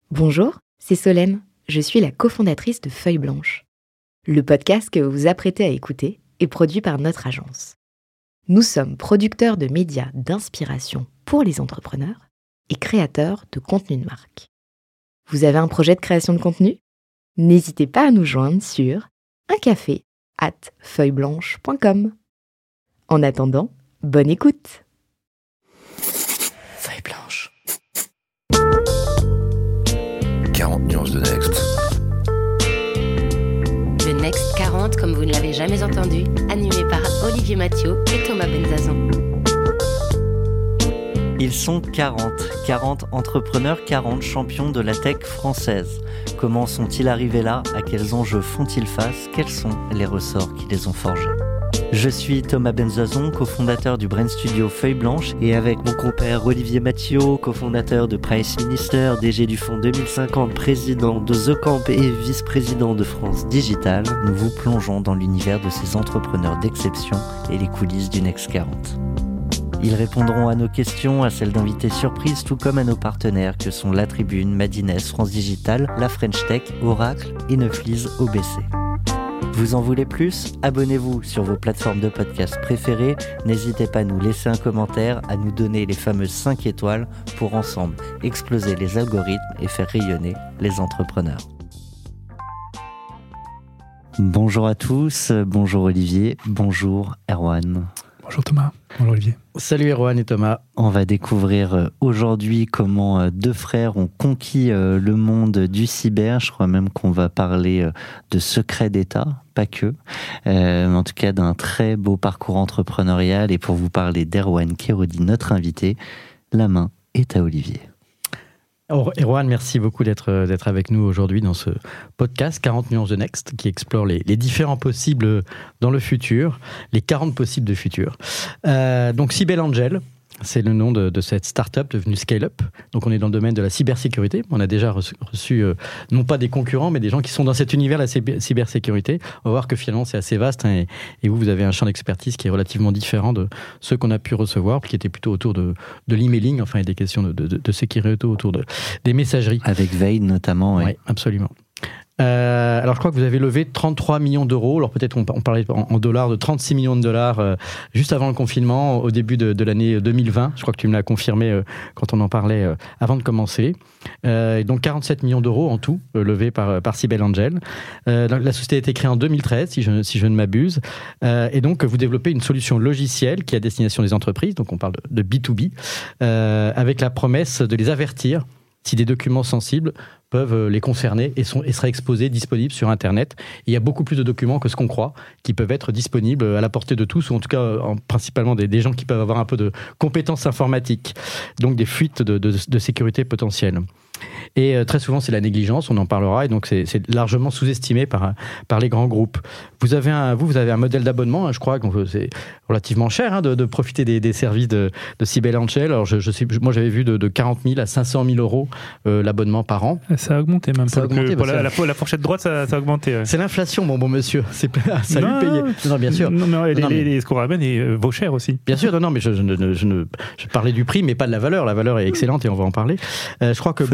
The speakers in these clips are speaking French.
Bonjour, c'est Solène. Je suis la cofondatrice de Feuille Blanche. Le podcast que vous vous apprêtez à écouter est produit par notre agence. Nous sommes producteurs de médias d'inspiration pour les entrepreneurs et créateurs de contenu de marque. Vous avez un projet de création de contenu ? N'hésitez pas à nous joindre sur uncafé@feuilleblanche.com. En attendant, bonne écoute. Feuille Blanche. 40 nuances de Next. Le Next 40 comme vous ne l'avez jamais entendu, animé par Olivier Mathieu et Thomas Benzazon. Ils sont 40 entrepreneurs, 40 champions de la tech française. Comment sont-ils arrivés là ? À quels enjeux font-ils face ? Quels sont les ressorts qui les ont forgés ? Je suis Thomas Benzazon, cofondateur du brand studio Feuille Blanche, et avec mon compère Olivier Mathieu, cofondateur de Price Minister, DG du fonds 2050, président de The Camp et vice-président de France Digital, nous vous plongeons dans l'univers de ces entrepreneurs d'exception et les coulisses du Next 40. Ils répondront à nos questions, à celles d'invités surprises, tout comme à nos partenaires que sont La Tribune, Madines, France Digital, La French Tech, Oracle et Neuflis OBC. Vous en voulez plus ? Abonnez-vous sur vos plateformes de podcast préférées. N'hésitez pas à nous laisser un commentaire, à nous donner les fameuses 5 étoiles pour ensemble exploser les algorithmes et faire rayonner les entrepreneurs. Bonjour à tous, bonjour Olivier, bonjour Erwan. Bonjour Thomas, bonjour Olivier. Salut Erwan et Thomas. On va découvrir aujourd'hui comment deux frères ont conquis le monde du cyber. Je crois même qu'on va parler de secrets d'État, pas que. En tout cas d'un très beau parcours entrepreneurial. Et pour vous parler d'Erwan Kérodi, notre invité, la main est à Olivier. Alors, Erwan, merci beaucoup d'être avec nous aujourd'hui dans ce podcast 40 nuances de Next qui explore les différents possibles dans le futur, les 40 possibles de futur. Donc, Cybelle Angel, c'est le nom de cette start-up devenue Scale-up. Donc, on est dans le domaine de la cybersécurité. On a déjà reçu non pas des concurrents, mais des gens qui sont dans cet univers de la cybersécurité. On va voir que finalement, c'est assez vaste. Hein, et vous avez un champ d'expertise qui est relativement différent de ceux qu'on a pu recevoir, qui étaient plutôt autour de l'emailing, enfin, et des questions de sécurité autour des messageries. Avec Veil notamment. Oui, absolument. Alors, je crois que vous avez levé 33 millions d'euros. Alors, peut-être on parlait en dollars de 36 millions de dollars juste avant le confinement, au début de l'année 2020. Je crois que tu me l'as confirmé quand on en parlait avant de commencer. Et donc, 47 millions d'euros en tout, levés par Cybelle Angel. La société a été créée en 2013, si je ne m'abuse. Et donc, vous développez une solution logicielle qui est à destination des entreprises. Donc, on parle de B2B, avec la promesse de les avertir si des documents sensibles peuvent les concerner et seraient exposés, disponibles sur Internet. Et il y a beaucoup plus de documents que ce qu'on croit qui peuvent être disponibles à la portée de tous, ou en tout cas principalement des gens qui peuvent avoir un peu de compétences informatiques, donc des fuites de sécurité potentielles. Et très souvent, c'est la négligence, on en parlera, et donc c'est largement sous-estimé par les grands groupes. Vous avez un modèle d'abonnement, hein, je crois, donc c'est relativement cher hein, de profiter des services de Cybelle Angel. Alors, moi, j'avais vu de 40 000 à 500 000 euros l'abonnement par an. Ça a augmenté même. Ça a augmenté, la fourchette droite, ça a augmenté. Ouais. C'est l'inflation, mon bon monsieur. Ça a lui payé. Non, bien sûr. Ce qu'on ramène vaut cher aussi. Bien sûr, non, mais je parlais du prix, mais pas de la valeur. La valeur est excellente et on va en parler. Je crois que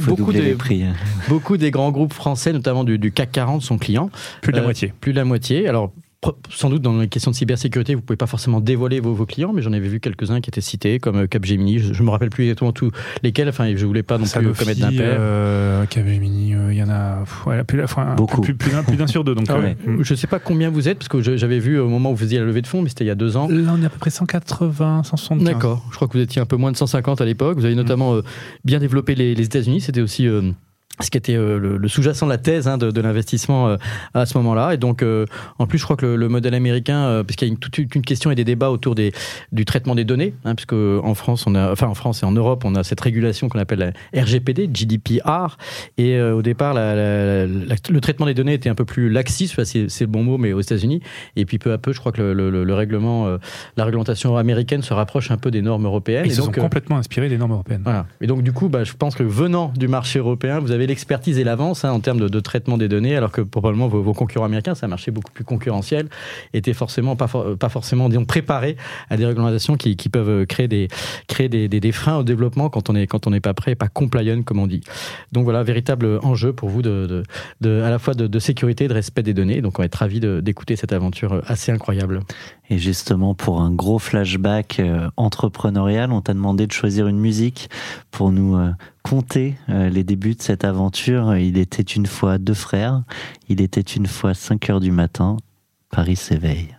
beaucoup des grands groupes français, notamment du CAC 40, sont clients. Plus de la moitié. Plus de la moitié. Alors, sans doute, dans les questions de cybersécurité, vous ne pouvez pas forcément dévoiler vos clients, mais j'en avais vu quelques-uns qui étaient cités, comme Capgemini. Je ne me rappelle plus exactement tous lesquels. Enfin, je ne voulais pas non plus commettre d'impair. Capgemini, il y en a beaucoup. Plus d'un sur deux. Donc, je ne sais pas combien vous êtes, parce que j'avais vu au moment où vous faisiez la levée de fonds, mais c'était il y a 2 ans. Là, on est à peu près 180, 175. D'accord. Je crois que vous étiez un peu moins de 150 à l'époque. Vous avez notamment bien développé les États-Unis. C'était aussi ce qui était le sous-jacent de la thèse hein, de l'investissement à ce moment-là. Et donc, en plus, je crois que le modèle américain, puisqu'il y a toute une question et des débats autour du traitement des données, hein, puisque en France et en Europe, on a cette régulation qu'on appelle la RGPD, GDPR. Et au départ, le traitement des données était un peu plus laxiste, c'est le bon mot, mais aux États-Unis. Et puis, peu à peu, je crois que le règlement, la réglementation américaine se rapproche un peu des normes européennes. Ils se sont complètement inspirés des normes européennes. Voilà. Et donc, du coup, je pense que venant du marché européen, vous avez avez l'expertise et l'avance en termes de traitement des données, alors que probablement vos concurrents américains, c'est un marché beaucoup plus concurrentiel, étaient forcément pas forcément, disons, préparés à des réglementations qui peuvent créer des freins au développement quand on n'est pas prêt, pas compliant comme on dit. Donc voilà, véritable enjeu pour vous à la fois de sécurité et de respect des données. Donc on va être ravis d'écouter cette aventure assez incroyable. Et justement, pour un gros flashback entrepreneurial, on t'a demandé de choisir une musique pour nous conter les débuts de cette aventure. Il était une fois 2 frères, il était une fois 5 heures du matin, Paris s'éveille.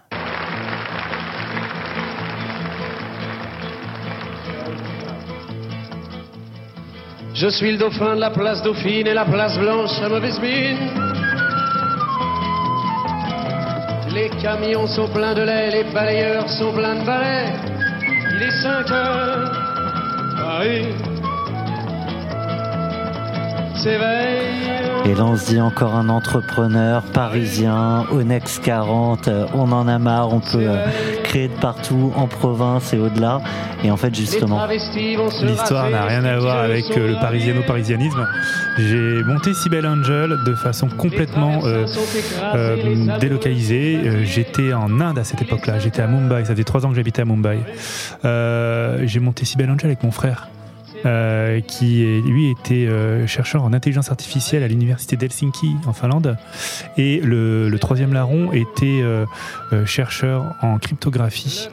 Je suis le dauphin de la place Dauphine et la place Blanche à mauvaise mine. Les camions sont pleins de lait, les balayeurs sont pleins de balais. Il est 5 heures, Paris s'éveille. Et là, on se dit encore un entrepreneur parisien, Onex 40, on en a marre, on peut créer de partout, en province et au-delà. Et en fait, justement, l'histoire n'a rien à voir avec le parisiano-parisianisme. J'ai monté Cybelle Angel de façon complètement délocalisée. J'étais en Inde à cette époque-là, j'étais à Mumbai, ça faisait 3 ans que j'habitais à Mumbai. J'ai monté Cybelle Angel avec mon frère. Qui lui était chercheur en intelligence artificielle à l'université d'Helsinki en Finlande, et le 3e larron était chercheur en cryptographie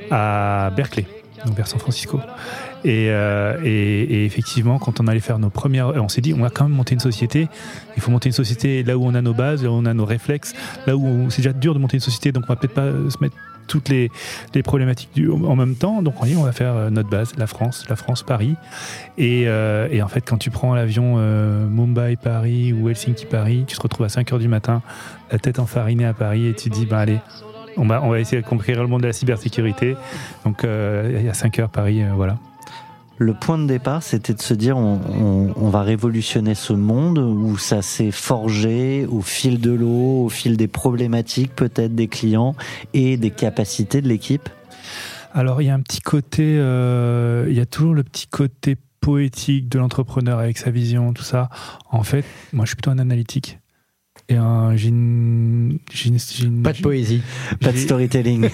à Berkeley, donc vers San Francisco. Et effectivement, quand on allait faire nos premières, on s'est dit, on va quand même monter une société. Il faut monter une société là où on a nos bases, là où on a nos réflexes, là où c'est déjà dur de monter une société, donc on va peut-être pas se mettre toutes les problématiques en même temps. Donc on dit, on va faire notre base, la France, Paris. Et en fait, quand tu prends l'avion Mumbai-Paris ou Helsinki-Paris, tu te retrouves à 5h du matin, la tête enfarinée à Paris, et tu te dis, allez, on va essayer de conquérir le monde de la cybersécurité. Donc il y a 5h Paris, voilà. Le point de départ, c'était de se dire on va révolutionner ce monde, où ça s'est forgé au fil de l'eau, au fil des problématiques peut-être des clients et des capacités de l'équipe. Alors il y a un petit côté, il y a toujours le petit côté poétique de l'entrepreneur avec sa vision, tout ça. En fait, moi je suis plutôt un analytique. Et j'ai une pas de poésie, pas de storytelling.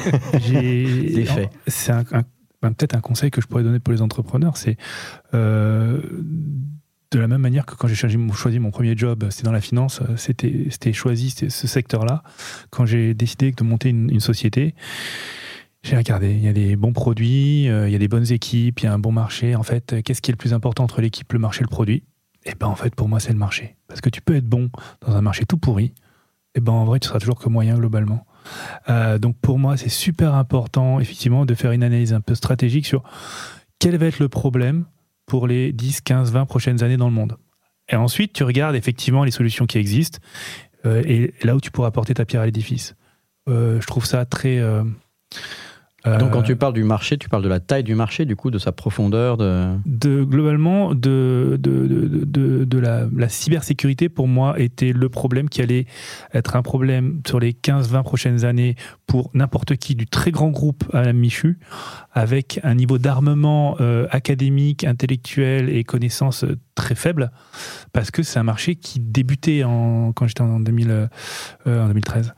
Des faits. C'est peut-être un conseil que je pourrais donner pour les entrepreneurs, c'est de la même manière que quand j'ai choisi mon premier job, c'était dans la finance, c'était choisi ce secteur-là. Quand j'ai décidé de monter une société, j'ai regardé, il y a des bons produits, il y a des bonnes équipes, il y a un bon marché. En fait, qu'est-ce qui est le plus important entre l'équipe, le marché et le produit ? Et en fait, pour moi, c'est le marché. Parce que tu peux être bon dans un marché tout pourri, en vrai, tu seras toujours que moyen globalement. Donc pour moi, c'est super important, effectivement, de faire une analyse un peu stratégique sur quel va être le problème pour les 10, 15, 20 prochaines années dans le monde. Et ensuite, tu regardes effectivement les solutions qui existent et là où tu pourras apporter ta pierre à l'édifice. Je trouve ça très... Donc quand tu parles du marché, tu parles de la taille du marché, du coup, de sa profondeur, globalement, de la cybersécurité, pour moi, était le problème qui allait être un problème sur les 15-20 prochaines années pour n'importe qui, du très grand groupe à la Michu, avec un niveau d'armement académique, intellectuel et connaissances très faible, parce que c'est un marché qui débutait quand j'étais en 2013.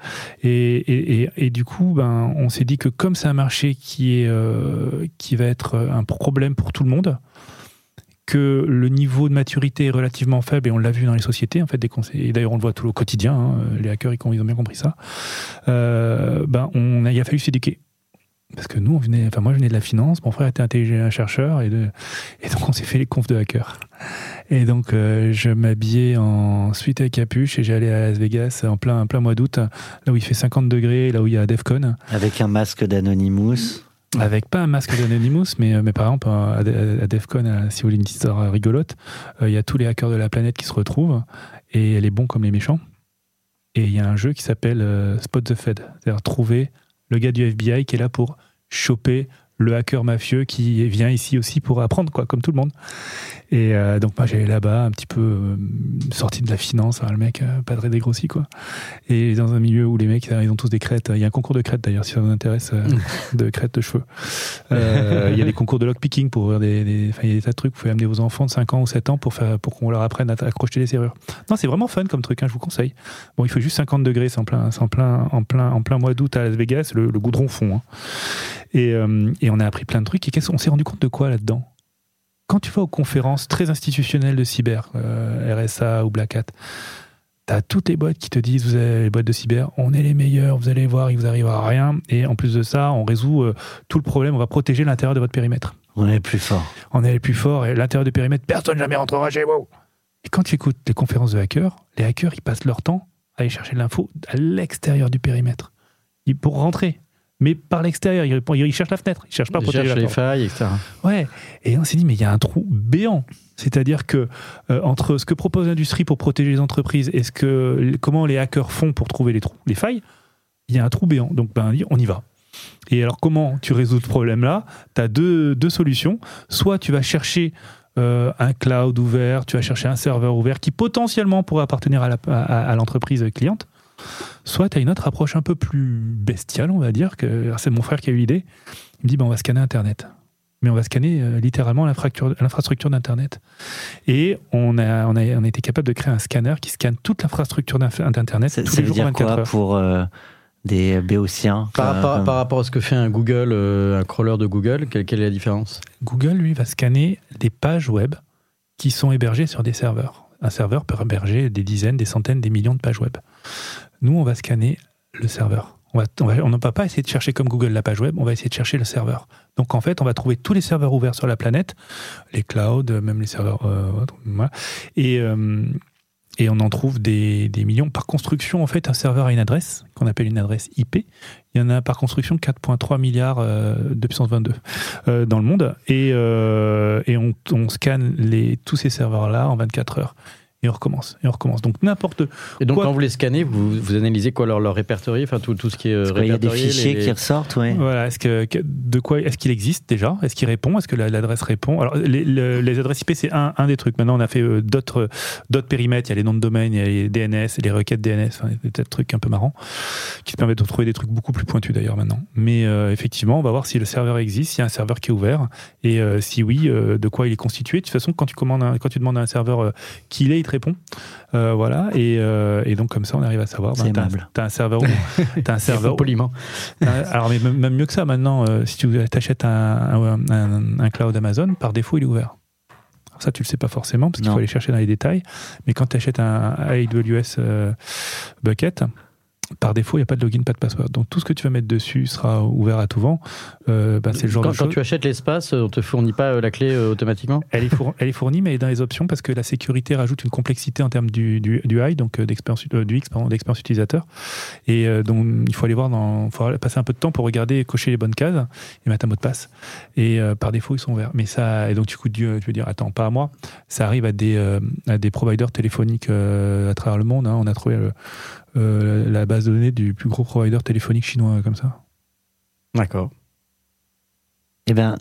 Et du coup, on s'est dit que comme c'est un marché qui va être un problème pour tout le monde, que le niveau de maturité est relativement faible, et on l'a vu dans les sociétés, en fait, et d'ailleurs on le voit tout au quotidien, les hackers ils ont bien compris ça, il a fallu s'éduquer. Parce que moi je venais de la finance, mon frère était un chercheur, et donc on s'est fait les confs de hackers. Et donc je m'habillais en sweat à capuche et j'allais à Las Vegas en plein mois d'août, là où il fait 50 degrés, là où il y a DEFCON. Avec un masque d'Anonymous. Avec pas un masque d'Anonymous, mais par exemple à DEFCON, si vous voulez une histoire rigolote, il y a tous les hackers de la planète qui se retrouvent, et les bons comme les méchants. Et il y a un jeu qui s'appelle Spot the Fed, c'est-à-dire trouver le gars du FBI qui est là pour choper le hacker mafieux qui vient ici aussi pour apprendre, quoi, comme tout le monde. Et donc moi j'allais là-bas un petit peu sorti de la finance, le mec pas très dégrossi, quoi. Et dans un milieu où les mecs ils ont tous des crêtes. Il y a un concours de crêtes d'ailleurs si ça vous intéresse, de crêtes de cheveux. Il y a des concours de lockpicking pour ouvrir il y a des tas de trucs. Vous pouvez amener vos enfants de 5 ans ou 7 ans pour qu'on leur apprenne à accrocher les serrures. Non, c'est vraiment fun comme truc, je vous conseille. Bon, il faut juste 50 degrés, c'est en plein mois d'août à Las Vegas, le goudron fond. Et on a appris plein de trucs. Et on s'est rendu compte de quoi là-dedans ? Quand tu vas aux conférences très institutionnelles de cyber, RSA ou Black Hat, t'as toutes les boîtes qui te disent, vous avez les boîtes de cyber, on est les meilleurs, vous allez voir, il vous arrivera rien. Et en plus de ça, on résout tout le problème, on va protéger l'intérieur de votre périmètre. On est les plus forts. On est les plus forts, et l'intérieur du périmètre, personne jamais rentrera chez vous. Et quand tu écoutes les conférences de hackers, les hackers, ils passent leur temps à aller chercher de l'info à l'extérieur du périmètre. Pour rentrer. Mais par l'extérieur, ils cherchent la fenêtre, ils cherchent pas à protéger la porte. Ils cherchent les failles, etc. Ouais, et on s'est dit, mais il y a un trou béant. C'est-à-dire que entre ce que propose l'industrie pour protéger les entreprises et comment les hackers font pour trouver les failles, il y a un trou béant. Donc, on y va. Et alors, comment tu résous ce problème-là ? Tu as deux solutions. Soit tu vas chercher un cloud ouvert, tu vas chercher un serveur ouvert qui potentiellement pourrait appartenir à l'entreprise cliente. Soit tu as une autre approche un peu plus bestiale, on va dire, c'est mon frère qui a eu l'idée. Il me dit, on va scanner Internet. Mais on va scanner littéralement l'infrastructure d'Internet. Et on a été capable de créer un scanner qui scanne toute l'infrastructure d'Internet tous les jours 24 heures. Pour des béotiens par rapport à ce que fait un Google, un crawler de Google, quelle est la différence ? Google, lui, va scanner des pages web qui sont hébergées sur des serveurs. Un serveur peut héberger des dizaines, des centaines, des millions de pages web. Nous, on va scanner le serveur. On ne va pas essayer de chercher comme Google la page web, on va essayer de chercher le serveur. Donc en fait, on va trouver tous les serveurs ouverts sur la planète, les clouds, même les serveurs... voilà. Et on en trouve des millions. Par construction, en fait, un serveur a une adresse, qu'on appelle une adresse IP. Il y en a par construction 4,3 milliards de puissance 22 dans le monde. Et on scanne tous ces serveurs-là en 24 heures. Et on recommence. Donc n'importe quoi. Et donc quand vous les scannez, vous analysez quoi leur répertorié, enfin tout ce qui est répertorié. Il y a des fichiers qui ressortent, ouais. Voilà. Est-ce qu'il existe déjà ? Est-ce qu'il répond ? Est-ce que l'adresse répond ? Alors les adresses IP, c'est un des trucs. Maintenant, on a fait d'autres périmètres. Il y a les noms de domaine, il y a les DNS, les requêtes DNS, des tas de trucs un peu marrants qui te permettent de trouver des trucs beaucoup plus pointus d'ailleurs maintenant. Mais effectivement, on va voir si le serveur existe, s'il y a un serveur qui est ouvert et si oui, de quoi il est constitué. De toute façon, quand tu demandes à un serveur qui il est, il te répond. Voilà. Et donc comme ça, on arrive à savoir. T'as un serveur poliment. Alors mais même mieux que ça maintenant, si tu achètes un cloud Amazon, par défaut il est ouvert. Alors ça tu le sais pas forcément parce qu'il faut aller chercher dans les détails, mais quand tu achètes un AWS bucket, par défaut, il n'y a pas de login, pas de password. Donc tout ce que tu vas mettre dessus sera ouvert à tout vent. C'est le genre de choses. Quand tu achètes l'espace, on ne te fournit pas la clé automatiquement ? Elle est fournie, mais elle est dans les options parce que la sécurité rajoute une complexité en termes du UI, donc d'expérience utilisateur. Et donc il faut aller voir, il faut passer un peu de temps pour regarder, cocher les bonnes cases et mettre un mot de passe. Et par défaut, ils sont ouverts. Mais ça, et donc tu veux dire, attends, pas à moi. Ça arrive à des providers téléphoniques à travers le monde. On a trouvé la base de données du plus gros provider téléphonique chinois comme ça. D'accord. Eh bien,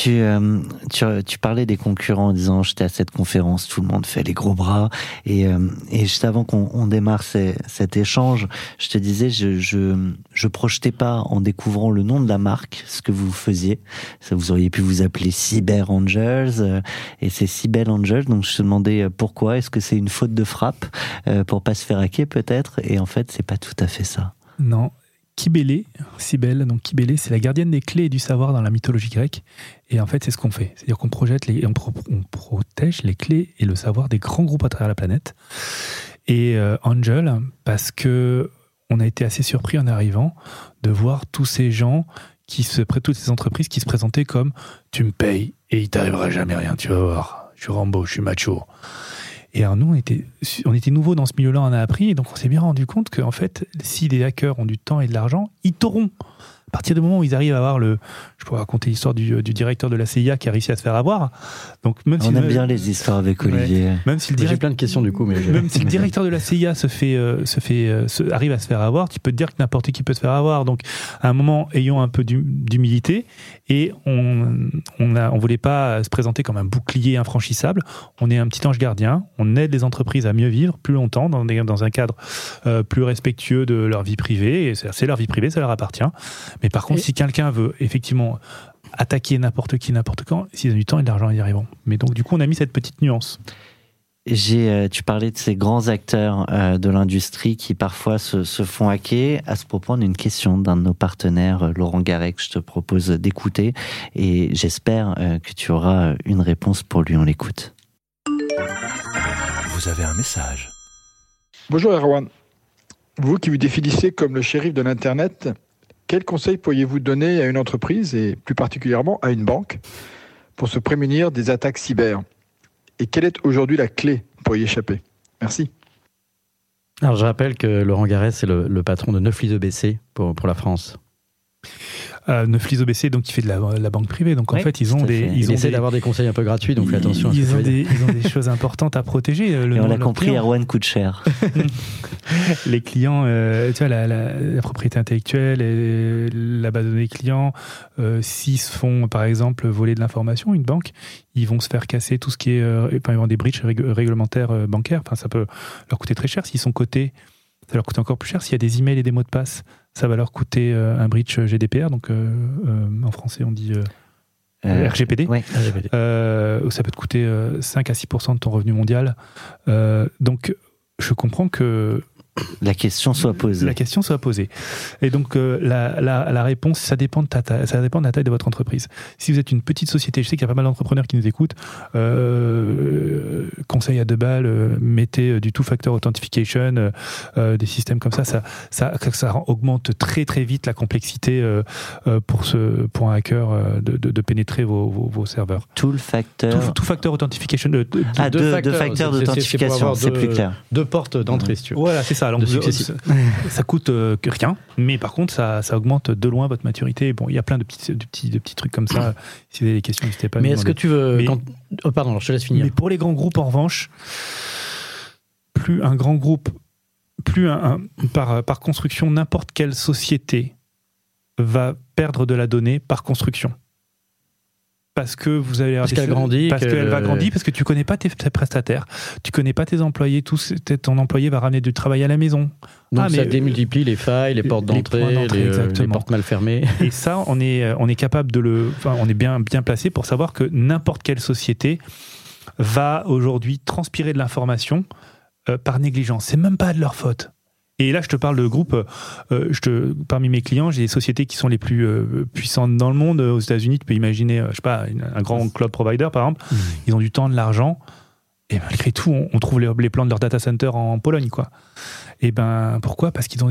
tu parlais des concurrents en disant j'étais à cette conférence, tout le monde fait les gros bras et juste avant qu'on démarre cet échange, je te disais je projetais pas en découvrant le nom de la marque ce que vous faisiez. Ça, vous auriez pu vous appeler Cyber Angels et c'est Cyber Angels. Donc je te demandais pourquoi. Est-ce que c'est une faute de frappe pour pas se faire hacker peut-être ? Et en fait, c'est pas tout à fait ça. Non. Cybèle, c'est la gardienne des clés et du savoir dans la mythologie grecque. Et en fait, c'est ce qu'on fait. C'est-à-dire qu'on on protège les clés et le savoir des grands groupes à travers la planète. Et Angel, parce que on a été assez surpris en arrivant de voir tous ces gens toutes ces entreprises qui se présentaient comme « tu me payes et il t'arrivera jamais rien, tu vas voir. Je suis Rambo, je suis macho ». Et alors nous, on était nouveaux dans ce milieu-là, on a appris, et donc on s'est bien rendu compte qu'en fait, si des hackers ont du temps et de l'argent, ils t'auront. partir du moment où ils arrivent à avoir je pourrais raconter l'histoire du directeur de la CIA qui a réussi à se faire avoir. Donc même on aime bien les histoires avec Olivier. Ouais, même si j'ai plein de questions du coup, mais même si le directeur de la CIA arrive à se faire avoir, tu peux te dire que n'importe qui peut se faire avoir. Donc à un moment, ayons un peu d'humilité et on voulait pas se présenter comme un bouclier infranchissable. On est un petit ange gardien. On aide les entreprises à mieux vivre plus longtemps dans un cadre plus respectueux de leur vie privée. Et c'est leur vie privée, ça leur appartient. Mais par contre, si quelqu'un veut effectivement attaquer n'importe qui, n'importe quand, s'ils ont du temps et de l'argent, ils y arriveront. Mais donc, du coup, on a mis cette petite nuance. Tu parlais de ces grands acteurs de l'industrie qui parfois se font hacker. À ce propos, on a une question d'un de nos partenaires, Laurent Garec, que je te propose d'écouter. Et j'espère que tu auras une réponse pour lui. On l'écoute. Vous avez un message. Bonjour Erwan. Vous qui vous définissez comme le shérif de l'Internet, quel conseil pourriez-vous donner à une entreprise et plus particulièrement à une banque pour se prémunir des attaques cyber ? Et quelle est aujourd'hui la clé pour y échapper ? Merci. Alors je rappelle que Laurent Garec, c'est le patron de Neuflis EBC pour la France. Neuflis EBC, donc il fait de la banque privée. Donc en fait, ils essaient d'avoir des conseils un peu gratuits, donc fais attention. Ils ont des choses importantes à protéger. Et on l'a compris, Erwan coûte cher. Les clients, tu vois, la propriété intellectuelle et la base de données clients, s'ils se font par exemple voler de l'information, une banque, ils vont se faire casser tout ce qui est par exemple des breaches réglementaires bancaires. Enfin, ça peut leur coûter très cher. S'ils sont cotés, ça leur coûte encore plus cher. S'il y a des emails et des mots de passe, ça va leur coûter un breach GDPR, donc en français on dit RGPD. Ouais. Ça peut te coûter 5 à 6% de ton revenu mondial. Donc je comprends que la question soit posée. Et donc la réponse, ça dépend de la taille de votre entreprise. Si vous êtes une petite société, je sais qu'il y a pas mal d'entrepreneurs qui nous écoutent, conseil à 2 balles, mettez du two-factor authentication, des systèmes comme ça augmente très très vite la complexité pour un hacker de pénétrer vos serveurs. Two-factor authentification. Deux facteurs d'authentification, c'est plus clair. 2 portes d'entrée, si tu veux. Voilà, c'est ça. Donc, ça coûte rien, mais par contre, ça augmente de loin votre maturité. Bon, il y a plein de petits trucs comme ça. Si vous avez des questions, n'hésitez pas. Mais est-ce que tu veux... pardon, je te laisse finir. Mais pour les grands groupes, en revanche, plus un grand groupe, par construction, n'importe quelle société va perdre de la donnée par construction. Parce que vous allez qu'elle grandit, qu'elle va grandir, parce que tu connais pas tes prestataires, tu connais pas tes employés, ton employé va ramener du travail à la maison. Donc ça démultiplie les failles, les portes d'entrée, les portes mal fermées. Et ça, on est capable on est bien placé pour savoir que n'importe quelle société va aujourd'hui transpirer de l'information par négligence. C'est même pas de leur faute. Et là, je te parle de groupes. Parmi mes clients, j'ai des sociétés qui sont les plus puissantes dans le monde. Aux États-Unis, tu peux imaginer, je sais pas, un grand cloud provider, par exemple. Ils ont du temps, de l'argent. Et malgré tout, on trouve les plans de leur data center en Pologne, quoi. Et pourquoi ? Parce qu'ils ont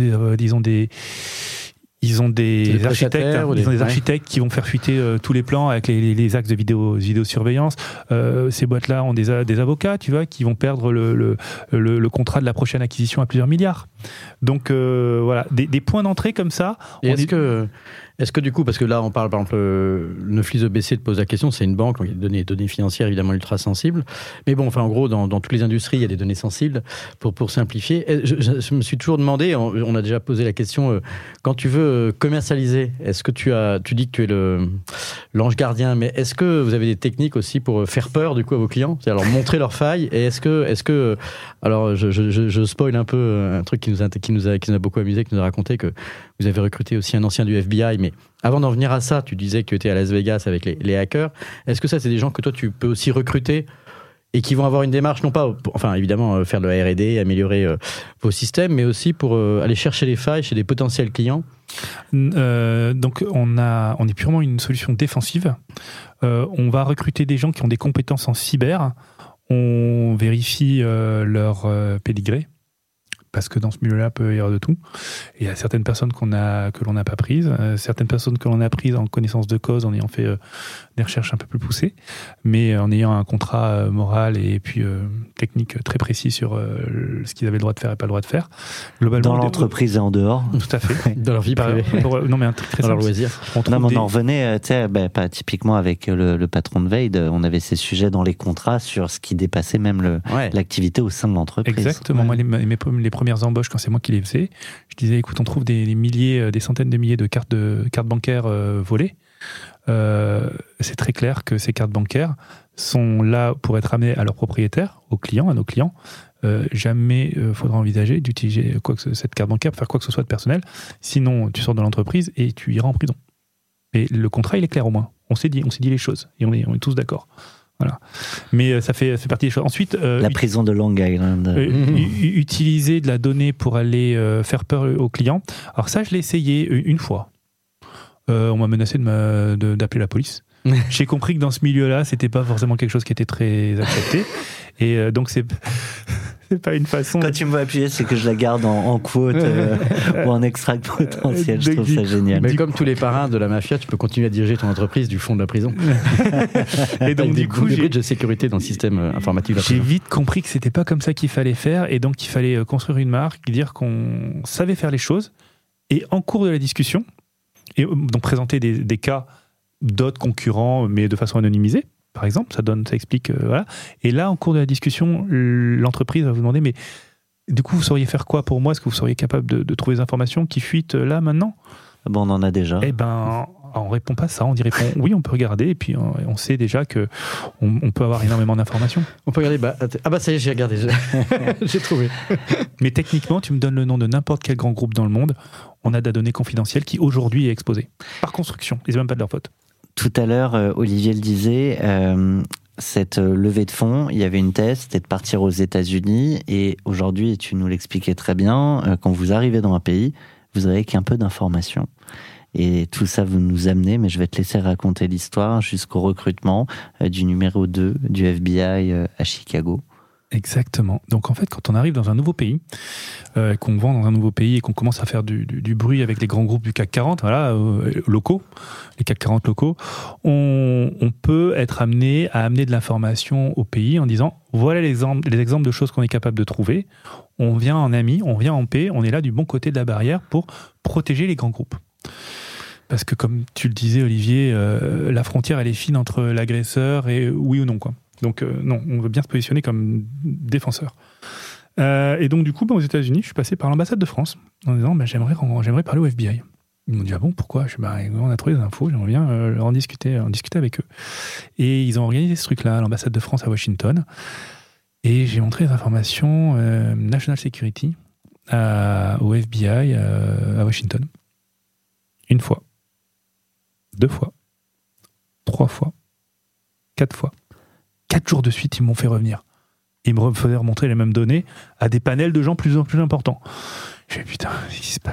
des architectes qui vont faire fuiter tous les plans avec les axes de vidéosurveillance. Ces boîtes-là ont des avocats, tu vois, qui vont perdre le contrat de la prochaine acquisition à plusieurs milliards. Donc voilà, des points d'entrée comme ça. Est-ce que du coup, parce que là on parle par exemple, Neuflis EBC te pose la question, c'est une banque, donc il y a des données financières évidemment ultra sensibles, mais bon, enfin en gros dans toutes les industries il y a des données sensibles, pour simplifier. Je me suis toujours demandé, on a déjà posé la question, quand tu veux commercialiser, est-ce que tu dis que tu es l'ange gardien, mais est-ce que vous avez des techniques aussi pour faire peur du coup à vos clients, c'est-à-dire leur montrer leurs failles, et est-ce que alors je spoil un peu un truc qui nous a beaucoup amusé, qui nous a raconté que vous avez recruté aussi un ancien du FBI, mais avant d'en venir à ça, tu disais que tu étais à Las Vegas avec les hackers. Est-ce que ça, c'est des gens que toi, tu peux aussi recruter et qui vont avoir une démarche, non pas, enfin évidemment, faire de la R&D, améliorer vos systèmes, mais aussi pour aller chercher les failles chez des potentiels clients ? Donc, on est purement une solution défensive. On va recruter des gens qui ont des compétences en cyber. On vérifie leur pédigré. parce que dans ce milieu-là, il peut y avoir de tout. Et il y a certaines personnes que l'on n'a pas prises, certaines personnes que l'on a prises en connaissance de cause, en ayant fait des recherches un peu plus poussées, mais en ayant un contrat moral et puis technique très précis sur ce qu'ils avaient le droit de faire et pas le droit de faire. Globalement, dans l'entreprise et en dehors. Tout à fait. Dans leur vie privée. Non, mais un truc très dans simple. leur loisir. On en revenait, pas typiquement avec le patron de Veid, on avait ces sujets dans les contrats sur ce qui dépassait même l'activité au sein de l'entreprise. Exactement. Moi, les premières embauches, quand c'est moi qui les faisais, je disais, écoute, on trouve des centaines de milliers de cartes bancaires volées. C'est très clair que ces cartes bancaires sont là pour être amenées à leurs propriétaires, à nos clients. Jamais faudra envisager d'utiliser cette carte bancaire pour faire quoi que ce soit de personnel. Sinon, tu sors de l'entreprise et tu iras en prison. Et le contrat, il est clair au moins. On s'est dit les choses et on est tous d'accord. Voilà. Mais ça fait partie des choses. Ensuite, la prison de Long Island. Utiliser de la donnée pour aller faire peur aux clients. Alors ça, je l'ai essayé une fois. On m'a menacé d'appeler la police. J'ai compris que dans ce milieu-là, c'était pas forcément quelque chose qui était très accepté. Et donc c'est pas une façon. Quand tu me vois appuyer, c'est que je la garde en quote ou en extract potentiel. Je trouve ça génial. Mais comme tous les parrains de la mafia, tu peux continuer à diriger ton entreprise du fond de la prison. Et donc du coup, j'ai des bridges de sécurité dans le système informatique. J'ai vite compris que c'était pas comme ça qu'il fallait faire, et donc il fallait construire une marque, dire qu'on savait faire les choses, et en cours de la discussion, et donc présenter des cas d'autres concurrents, mais de façon anonymisée. Par exemple, ça explique, voilà. Et là, en cours de la discussion, l'entreprise va vous demander, mais du coup, vous sauriez faire quoi pour moi ? Est-ce que vous seriez capable de trouver des informations qui fuitent là, maintenant ? Bon, on en a déjà. Eh ben, on répond pas ça. On dit oui, on peut regarder, et puis on sait déjà que on peut avoir énormément d'informations. On peut regarder. Ça y est, j'ai regardé. J'ai trouvé. Mais techniquement, tu me donnes le nom de n'importe quel grand groupe dans le monde, on a de la donnée confidentielle qui aujourd'hui est exposée par construction. Et c'est même pas de leur faute. Tout à l'heure, Olivier le disait, cette levée de fonds, il y avait une thèse, c'était de partir aux États-Unis. Et aujourd'hui, tu nous l'expliquais très bien, quand vous arrivez dans un pays, vous avez qu'un peu d'informations. Et tout ça, vous nous amenez, mais je vais te laisser raconter l'histoire jusqu'au recrutement du numéro 2 du FBI à Chicago. Exactement. Donc en fait, quand on arrive dans un nouveau pays, qu'on vend dans un nouveau pays et qu'on commence à faire du bruit avec les grands groupes du CAC 40, voilà, locaux, les CAC 40 locaux, on peut être amené à amener de l'information au pays en disant voilà les exemples de choses qu'on est capable de trouver. On vient en ami, on vient en paix, on est là du bon côté de la barrière pour protéger les grands groupes. Parce que comme tu le disais, Olivier, la frontière elle est fine entre l'agresseur et oui ou non, quoi. Donc non, on veut bien se positionner comme défenseur. Et donc du coup, aux États-Unis, je suis passé par l'ambassade de France en disant j'aimerais parler au FBI. Ils m'ont dit ah bon, pourquoi ? Je dis on a trouvé des infos, j'aimerais bien en discuter avec eux. Et ils ont organisé ce truc-là à l'ambassade de France à Washington. Et j'ai montré les informations National Security au FBI à Washington. 1 fois, 2 fois, 3 fois, 4 fois. 4 jours de suite, ils m'ont fait revenir. Ils me faisaient remontrer les mêmes données à des panels de gens plus en plus importants. Je me dis, putain, qu'est-ce qui se passe ?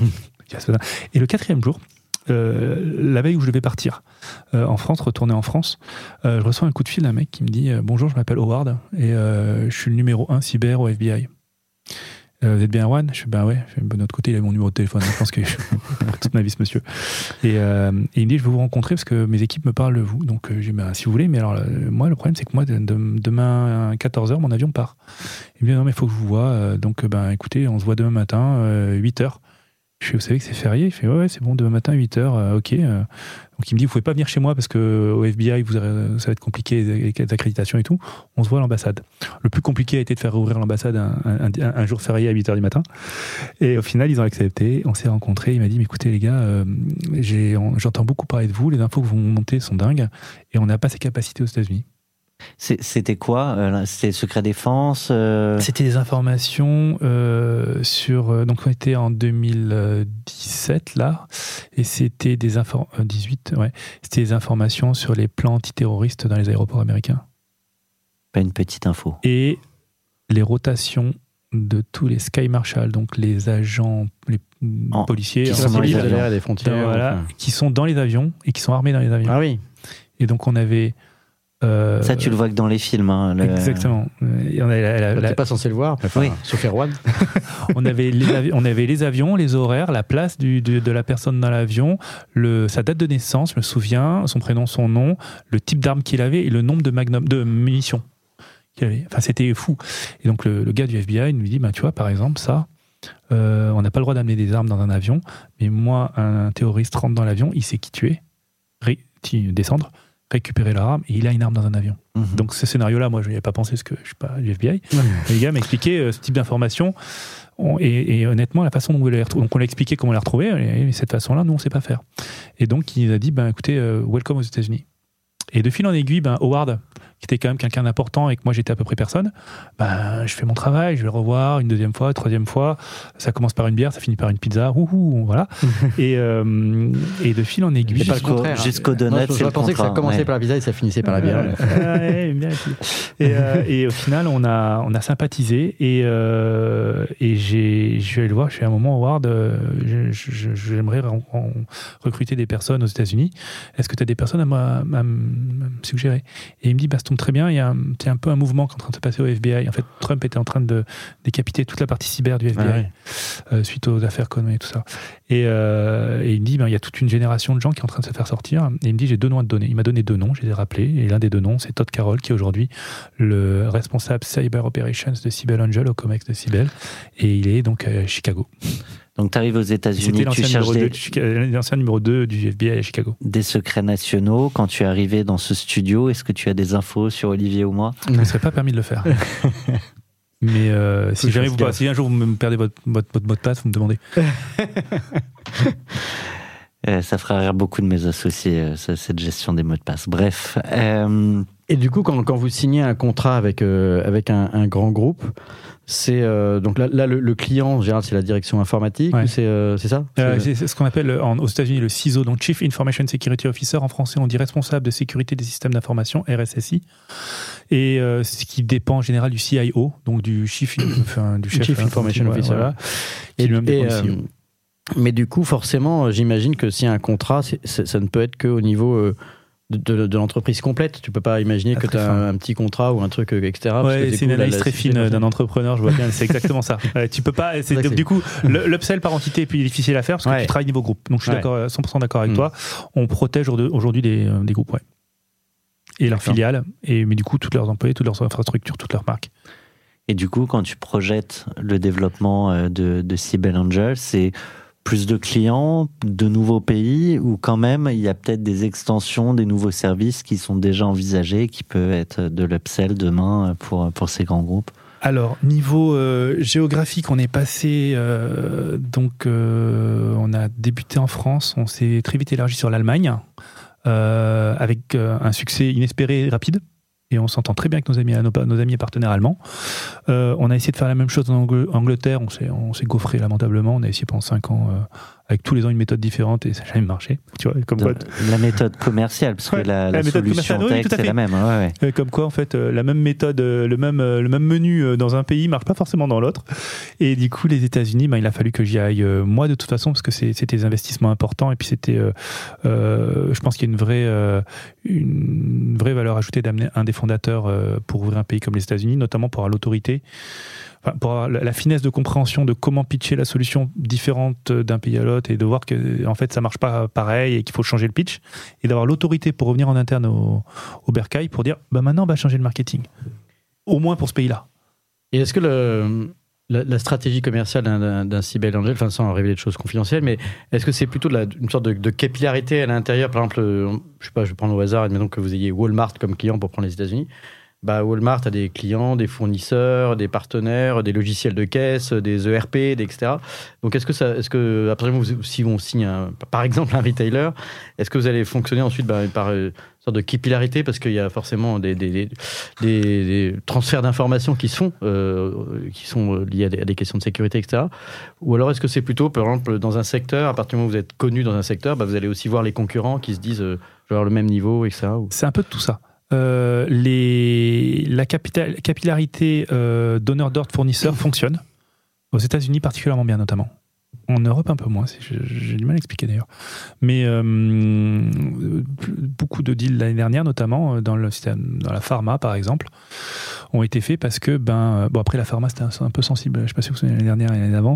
Et le 4e jour, la veille où je devais partir en France, retourner en France, je reçois un coup de fil d'un mec qui me dit « Bonjour, je m'appelle Howard et je suis le numéro 1 cyber au FBI. » Vous êtes bien Erwan ? Je suis ouais. De notre côté, il a mon numéro de téléphone. Je pense que je toute ma vie, ce monsieur. Et il me dit, je veux vous rencontrer parce que mes équipes me parlent de vous. Donc, j'ai dit, si vous voulez, mais alors, moi, le problème, c'est que moi, demain à 14h, mon avion part. Il me dit, non, mais il faut que je vous voie. Donc, écoutez, on se voit demain matin, 8h. Je fais, vous savez que c'est férié ? Il fait, ouais, c'est bon, demain matin, 8h, ok. Donc il me dit, vous pouvez pas venir chez moi parce que au FBI, ça va être compliqué, les accréditations et tout. On se voit à l'ambassade. Le plus compliqué a été de faire rouvrir l'ambassade un jour férié à 8h du matin. Et au final, ils ont accepté. On s'est rencontrés. Il m'a dit, mais écoutez les gars, j'entends beaucoup parler de vous. Les infos que vous montez sont dingues. Et on n'a pas ces capacités aux États-Unis. C'était quoi ? C'était secret défense C'était des informations sur... donc on était en 2017 là, et c'était des 18, ouais. C'était des informations sur les plans antiterroristes dans les aéroports américains. Pas une petite info. Et les rotations de tous les Sky Marshal, donc les agents, les policiers... Qui sont dans les avions, des frontières. Voilà, qui sont dans les avions et qui sont armés dans les avions. Ah oui. Et donc on avait... Ça, tu le vois que dans les films. Hein, Exactement. Et on t'es pas censé le voir, oui. sauf Erwan. on avait les avions, les horaires, la place de la personne dans l'avion, sa date de naissance, je me souviens, son prénom, son nom, le type d'arme qu'il avait et le nombre de munitions qu'il avait. Enfin, c'était fou. Et donc, le gars du FBI nous dit, tu vois, par exemple, ça, on n'a pas le droit d'amener des armes dans un avion, mais moi, un terroriste rentre dans l'avion, il sait qui tuer, descendre, récupérer l'arme et il a une arme dans un avion. Donc ce scénario-là, moi je n'y avais pas pensé parce que je suis pas du FBI. Les gars m'expliquaient ce type d'information et honnêtement la façon dont on les retrouver. Donc on l'a expliqué comment les retrouver et cette façon-là, nous on sait pas faire. Et donc il nous a dit écoutez, welcome aux États-Unis. Et de fil en aiguille, Howard, qui était quand même quelqu'un d'important et que moi j'étais à peu près personne, je fais mon travail, je vais le revoir une deuxième fois, troisième fois, ça commence par une bière, ça finit par une pizza, voilà. et de fil en aiguille, jusqu'au donut, je pensais que ça commençait par la pizza et ça finissait par la bière. Et au final, on a sympathisé et je vais aller le voir, je fais un moment, Howard, j'aimerais recruter des personnes aux États-Unis. Est-ce que tu as des personnes à me suggérer? Et il me dit, ça tombe très bien, il y a un peu un mouvement qui est en train de se passer au FBI. En fait, Trump était en train de décapiter toute la partie cyber du FBI suite aux affaires Conway et tout ça. Et il me dit, il y a toute une génération de gens qui est en train de se faire sortir. Et il me dit, j'ai 2 noms à te donner. Il m'a donné 2 noms, je les ai rappelés. Et l'un des 2 noms, c'est Todd Carroll, qui est aujourd'hui le responsable Cyber Operations de Cybelle Angel, au COMEX de Cybelle. Et il est donc à Chicago. Donc tu arrives aux États-Unis, tu cherches l'ancien numéro 2 du FBI à Chicago. Des secrets nationaux. Quand tu es arrivé dans ce studio, est-ce que tu as des infos sur Olivier ou moi? Je ne me serais pas permis de le faire. Mais si un jour vous me perdez votre mot de passe, vous me demandez. Ça fera rire beaucoup de mes associés, cette gestion des mots de passe. Bref. Et du coup, quand vous signez un contrat avec un grand groupe, c'est donc là le client en général c'est la direction informatique, ou c'est ça? C'est ce qu'on appelle aux États-Unis le CISO, donc Chief Information Security Officer. En français, on dit responsable de sécurité des systèmes d'information, RSSI. Et ce qui dépend en général du CIO, donc du Chief Information Officer. Voilà, qui lui-même dépend du CEO. Mais du coup, forcément, j'imagine que s'il y a un contrat, ça ne peut être qu'au niveau de l'entreprise complète. Tu peux pas imaginer que tu as un petit contrat ou un truc, etc. C'est une analyse très fine d'un entrepreneur, je vois bien, c'est exactement ça. Tu peux pas, du coup, l'upsell par entité est plus difficile à faire parce que tu travailles niveau groupe. Donc je suis 100% d'accord avec toi. On protège aujourd'hui des groupes, et leurs filiales, mais du coup, tous leurs employés, toutes leurs infrastructures, toutes leurs marques. Et du coup, quand tu projettes le développement de Cybelle Angel, c'est plus de clients, de nouveaux pays, ou quand même il y a peut-être des extensions, des nouveaux services qui sont déjà envisagés, qui peuvent être de l'upsell demain pour ces grands groupes? Alors, niveau géographique, on est passé, on a débuté en France, on s'est très vite élargi sur l'Allemagne, avec un succès inespéré et rapide. Et on s'entend très bien avec nos amis et partenaires allemands. On a essayé de faire la même chose en Angleterre, on s'est gaufré lamentablement, on a essayé pendant 5 ans avec tous les ans une méthode différente et ça n'a jamais marché. Tu vois, la méthode commerciale, parce que la solution tech, c'est la même. Comme quoi, en fait, la même méthode, le même menu dans un pays ne marche pas forcément dans l'autre. Et du coup, les États-Unis, il a fallu que j'y aille moi de toute façon, parce que c'était des investissements importants et puis c'était, je pense qu'il y a une vraie valeur ajoutée d'amener un des fondateurs pour ouvrir un pays comme les États-Unis, notamment pour avoir l'autorité, pour avoir la finesse de compréhension de comment pitcher la solution différente d'un pays à l'autre et de voir que en fait ça marche pas pareil et qu'il faut changer le pitch, et d'avoir l'autorité pour revenir en interne au Bercail pour dire maintenant on va changer le marketing, au moins pour ce pays-là. Et est-ce que la stratégie commerciale d'un Cybelle Angel, sans révéler de choses confidentielles, mais est-ce que c'est plutôt une sorte de capillarité à l'intérieur? Par exemple, je sais pas, je vais prendre au hasard, admettons que vous ayez Walmart comme client pour prendre les États-Unis. Walmart a des clients, des fournisseurs, des partenaires, des logiciels de caisse, des ERP, etc. Donc est-ce que après si on signe par exemple un retailer, est-ce que vous allez fonctionner ensuite par une sorte de capillarité, parce qu'il y a forcément des transferts d'informations qui sont liés à des questions de sécurité, etc. Ou alors est-ce que c'est plutôt, par exemple, dans un secteur, à partir du moment où vous êtes connu dans un secteur, vous allez aussi voir les concurrents qui se disent je vais avoir le même niveau, etc. C'est un peu de tout ça. La capillarité donneur d'ordre fournisseur fonctionne aux États-Unis particulièrement bien, notamment En Europe, un peu moins. J'ai du mal à expliquer d'ailleurs. Mais beaucoup de deals l'année dernière, notamment dans la pharma, par exemple, ont été faits parce que, bon, après la pharma, c'était un peu sensible. Je ne sais pas si vous vous souvenez l'année dernière et l'année d'avant.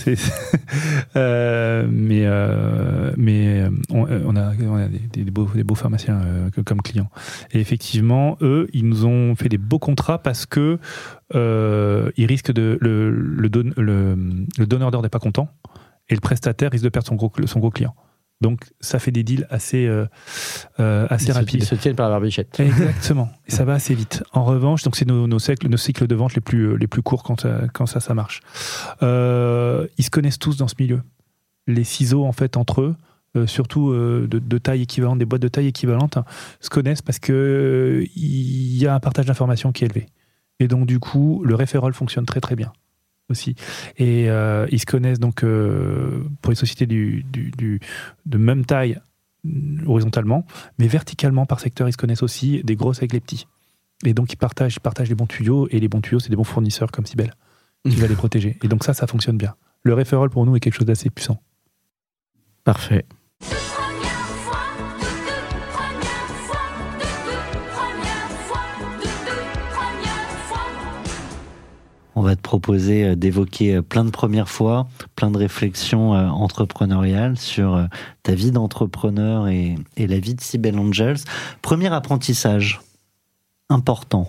Mais on a des beaux pharmaciens comme clients. Et effectivement, eux, ils nous ont fait des beaux contrats parce que ils risquent le donneur d'ordre n'est pas content et le prestataire risque de perdre son gros client. Donc ça fait des deals assez rapides. Ils se tiennent par la barbichette. Exactement. Et ça va assez vite. En revanche, donc c'est nos cycles de vente les plus courts quand ça marche. Ils se connaissent tous dans ce milieu. Les ciseaux en fait entre eux. Surtout de taille équivalente, des boîtes de taille équivalente, se connaissent parce que il y a un partage d'informations qui est élevé. Et donc du coup, le referral fonctionne très très bien aussi. Et ils se connaissent donc pour les sociétés de même taille horizontalement, mais verticalement par secteur, ils se connaissent aussi, des grosses avec les petits. Et donc ils partagent les bons tuyaux, et les bons tuyaux, c'est des bons fournisseurs comme Cybelle qui va les protéger. Et donc ça fonctionne bien. Le referral pour nous est quelque chose d'assez puissant. Parfait. On va te proposer d'évoquer plein de premières fois, plein de réflexions entrepreneuriales sur ta vie d'entrepreneur et la vie de Cybelle Angels. Premier apprentissage important.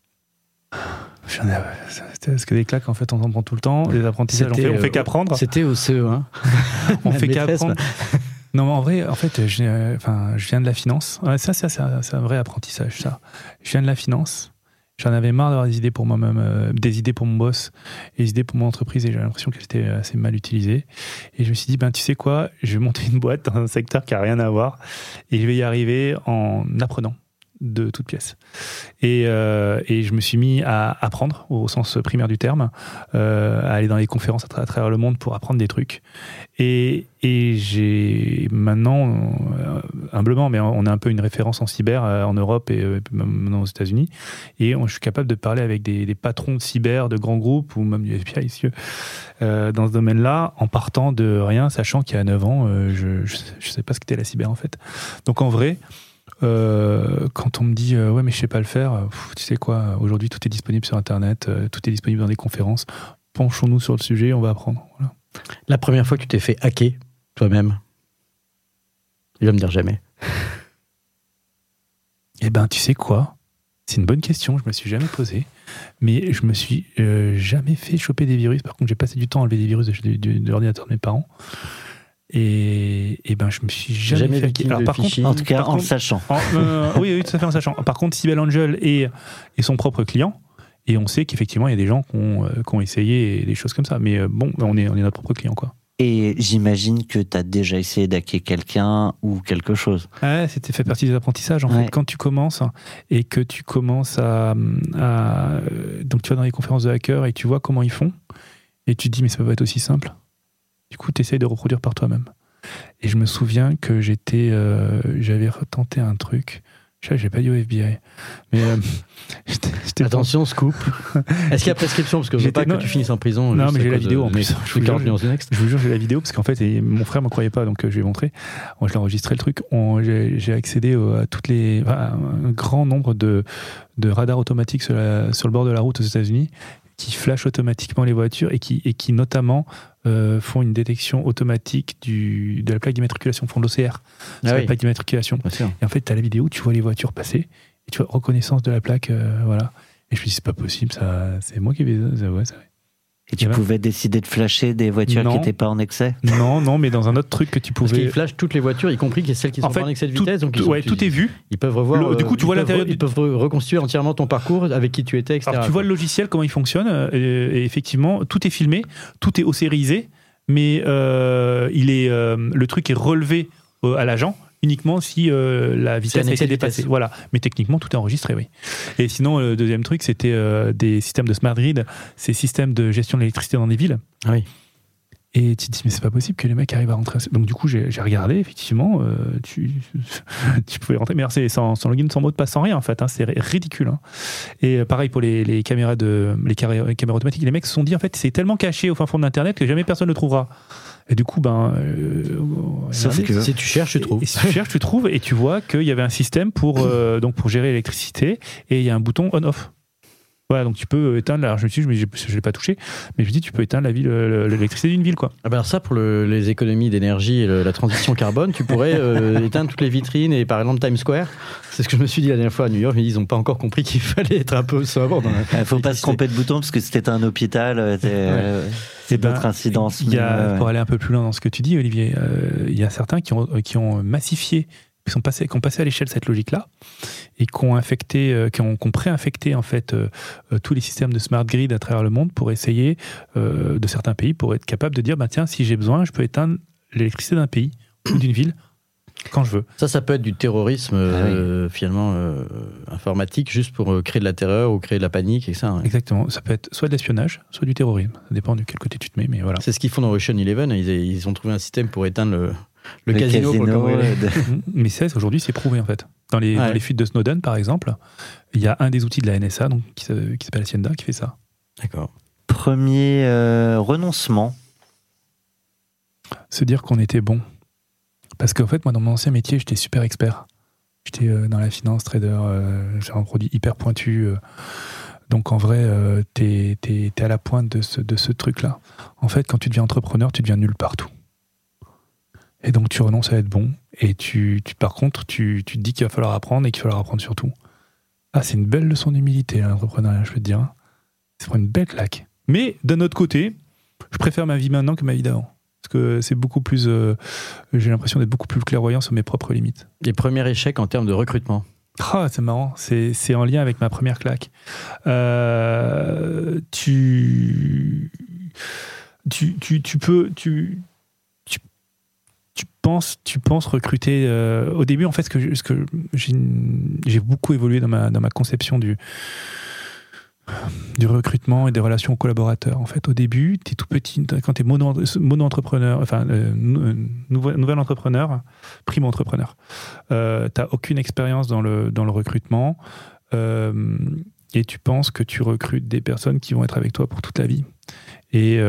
Parce que des claques, en fait, on en prend tout le temps. Les apprentissages, on fait qu'apprendre. C'était au CE1. On fait qu'apprendre. Non, mais en vrai, en fait, je viens de la finance. Ouais, ça, c'est un vrai apprentissage, ça. Je viens de la finance. J'en avais marre d'avoir des idées pour moi-même, des idées pour mon boss et des idées pour mon entreprise, et j'ai l'impression qu'elles étaient assez mal utilisées. Et je me suis dit, tu sais quoi, je vais monter une boîte dans un secteur qui n'a rien à voir et je vais y arriver en apprenant de toutes pièces. Et je me suis mis à apprendre au sens primaire du terme, à aller dans les conférences à travers le monde pour apprendre des trucs. Et j'ai maintenant, humblement, mais on a un peu une référence en cyber en Europe et maintenant aux États-Unis. Et je suis capable de parler avec des patrons de cyber, de grands groupes ou même du FBI ici, dans ce domaine-là, en partant de rien, sachant qu'il y a 9 ans, je sais pas ce qu'était la cyber en fait. Donc en vrai, quand on me dit ouais mais je sais pas le faire, tu sais quoi, aujourd'hui tout est disponible sur internet, tout est disponible dans des conférences, penchons-nous sur le sujet, on va apprendre. Voilà. La première fois que tu t'es fait hacker toi-même, il va me dire jamais. Eh ben tu sais quoi, c'est une bonne question, je me suis jamais posé, mais je me suis jamais fait choper des virus. Par contre j'ai passé du temps à enlever des virus de l'ordinateur de mes parents. Et ben je me suis jamais fait. Alors par contre, en tout cas en le sachant. Oui, tout à fait en sachant. Par contre, Cybelle Angel et son propre client, et on sait qu'effectivement il y a des gens qui ont essayé des choses comme ça. Mais bon, on est notre propre client quoi. Et j'imagine que tu as déjà essayé d'hacker quelqu'un ou quelque chose. Ouais, c'était fait partie des apprentissages en fait. Quand tu commences et que tu commences donc tu vas dans les conférences de hackers et tu vois comment ils font et tu te dis mais ça peut pas être aussi simple. Du coup, tu essayes de reproduire par toi-même. Et je me souviens que j'avais retenté un truc. Je n'ai pas dit au FBI. Mais attention, scoop. Est-ce qu'il y a prescription? Parce que je veux pas que tu finisses en prison. Non, mais j'ai la vidéo en plus. Je vous jure, j'ai la vidéo parce qu'en fait, mon frère ne me croyait pas, donc je lui ai montré. Je l'ai enregistré le truc. J'ai accédé à un grand nombre de radars automatiques sur le bord de la route aux États-Unis qui flashent automatiquement les voitures et qui notamment font une détection automatique de la plaque d'immatriculation, font de l'OCR sur la plaque d'immatriculation. Et en fait, tu as la vidéo, tu vois les voitures passer, et tu vois reconnaissance de la plaque, voilà. Et je me dis, c'est pas possible, ça, c'est moi qui vais... Ouais, c'est vrai. Et tu pouvais décider de flasher des voitures qui n'étaient pas en excès? Non, mais dans un autre truc que tu pouvais... Parce qu'ils flashent toutes les voitures, y compris celles qui sont pas en excès de vitesse. Donc tout est vu. Ils peuvent revoir... du coup, tu vois l'intérieur... Ils peuvent reconstituer entièrement ton parcours, avec qui tu étais, etc. Alors, tu vois le logiciel, comment il fonctionne, et effectivement, tout est filmé, tout est ossérisé, mais le truc est relevé à l'agent uniquement si la vitesse a été dépassée. Voilà. Mais techniquement, tout est enregistré, oui. Et sinon, le deuxième truc, c'était des systèmes de smart grid, ces systèmes de gestion de l'électricité dans des villes. Ah oui. Et tu te dis, mais c'est pas possible que les mecs arrivent à rentrer. Donc, du coup, j'ai regardé, effectivement, tu pouvais rentrer. Mais alors, c'est sans login, sans mot de passe, sans rien, en fait. C'est ridicule. Et pareil pour les caméras automatiques. Les mecs se sont dit, en fait, c'est tellement caché au fin fond de l'Internet que jamais personne ne le trouvera. Et du coup, si tu cherches, tu trouves. Si tu cherches, tu trouves. Et tu vois qu'il y avait un système pour gérer l'électricité. Et il y a un bouton on-off. Voilà, donc tu peux éteindre. Alors je me suis dit, je l'ai pas touché, mais je me dis, tu peux éteindre l'électricité d'une ville, quoi. Ah ben alors ça, pour les économies d'énergie et la transition carbone, tu pourrais éteindre toutes les vitrines et par exemple Times Square. C'est ce que je me suis dit la dernière fois à New York. Ils n'ont pas encore compris qu'il fallait être un peu sobre. Il ne faut pas se tromper de bouton parce que c'était un hôpital. C'est d'autres incidences. Pour aller un peu plus loin dans ce que tu dis, Olivier, il y a certains qui ont massifié, qui ont passé à l'échelle cette logique-là et qui ont préinfecté en fait tous les systèmes de smart grid à travers le monde pour essayer de certains pays pour être capable de dire tiens, si j'ai besoin, je peux éteindre l'électricité d'un pays ou d'une ville quand je veux. Ça peut être du terrorisme finalement informatique juste pour créer de la terreur ou créer de la panique et ça. Ouais. Exactement. Ça peut être soit de l'espionnage, soit du terrorisme. Ça dépend de quel côté tu te mets, mais voilà. C'est ce qu'ils font dans Ocean Eleven. Ils ont trouvé un système pour éteindre le casino pour le Mais aujourd'hui, c'est prouvé en fait. Dans les fuites de Snowden, par exemple, il y a un des outils de la NSA donc, qui s'appelle Hacienda qui fait ça. D'accord. Premier renoncement. Se dire qu'on était bon. Parce qu'en fait, moi, dans mon ancien métier, j'étais super expert. J'étais dans la finance, trader, j'ai un produit hyper pointu. Donc en vrai, t'es à la pointe de ce truc-là. En fait, quand tu deviens entrepreneur, tu deviens nul partout. Et donc tu renonces à être bon. Et par contre, tu te dis qu'il va falloir apprendre et qu'il va falloir apprendre surtout. Ah, c'est une belle leçon d'humilité, l'entrepreneuriat, je peux te dire. C'est une belle claque. Mais d'un autre côté, je préfère ma vie maintenant que ma vie d'avant. Parce que c'est beaucoup plus... j'ai l'impression d'être beaucoup plus clairvoyant sur mes propres limites. Les premiers échecs en termes de recrutement. Ah, c'est marrant. C'est en lien avec ma première claque. Tu penses recruter... au début, en fait, ce que j'ai beaucoup évolué dans ma conception du recrutement et des relations aux collaborateurs. En fait, au début, tu es tout petit, quand tu es mono-entrepreneur, enfin, nouvel entrepreneur, primo-entrepreneur. Tu n'as aucune expérience dans le recrutement et tu penses que tu recrutes des personnes qui vont être avec toi pour toute la vie. Et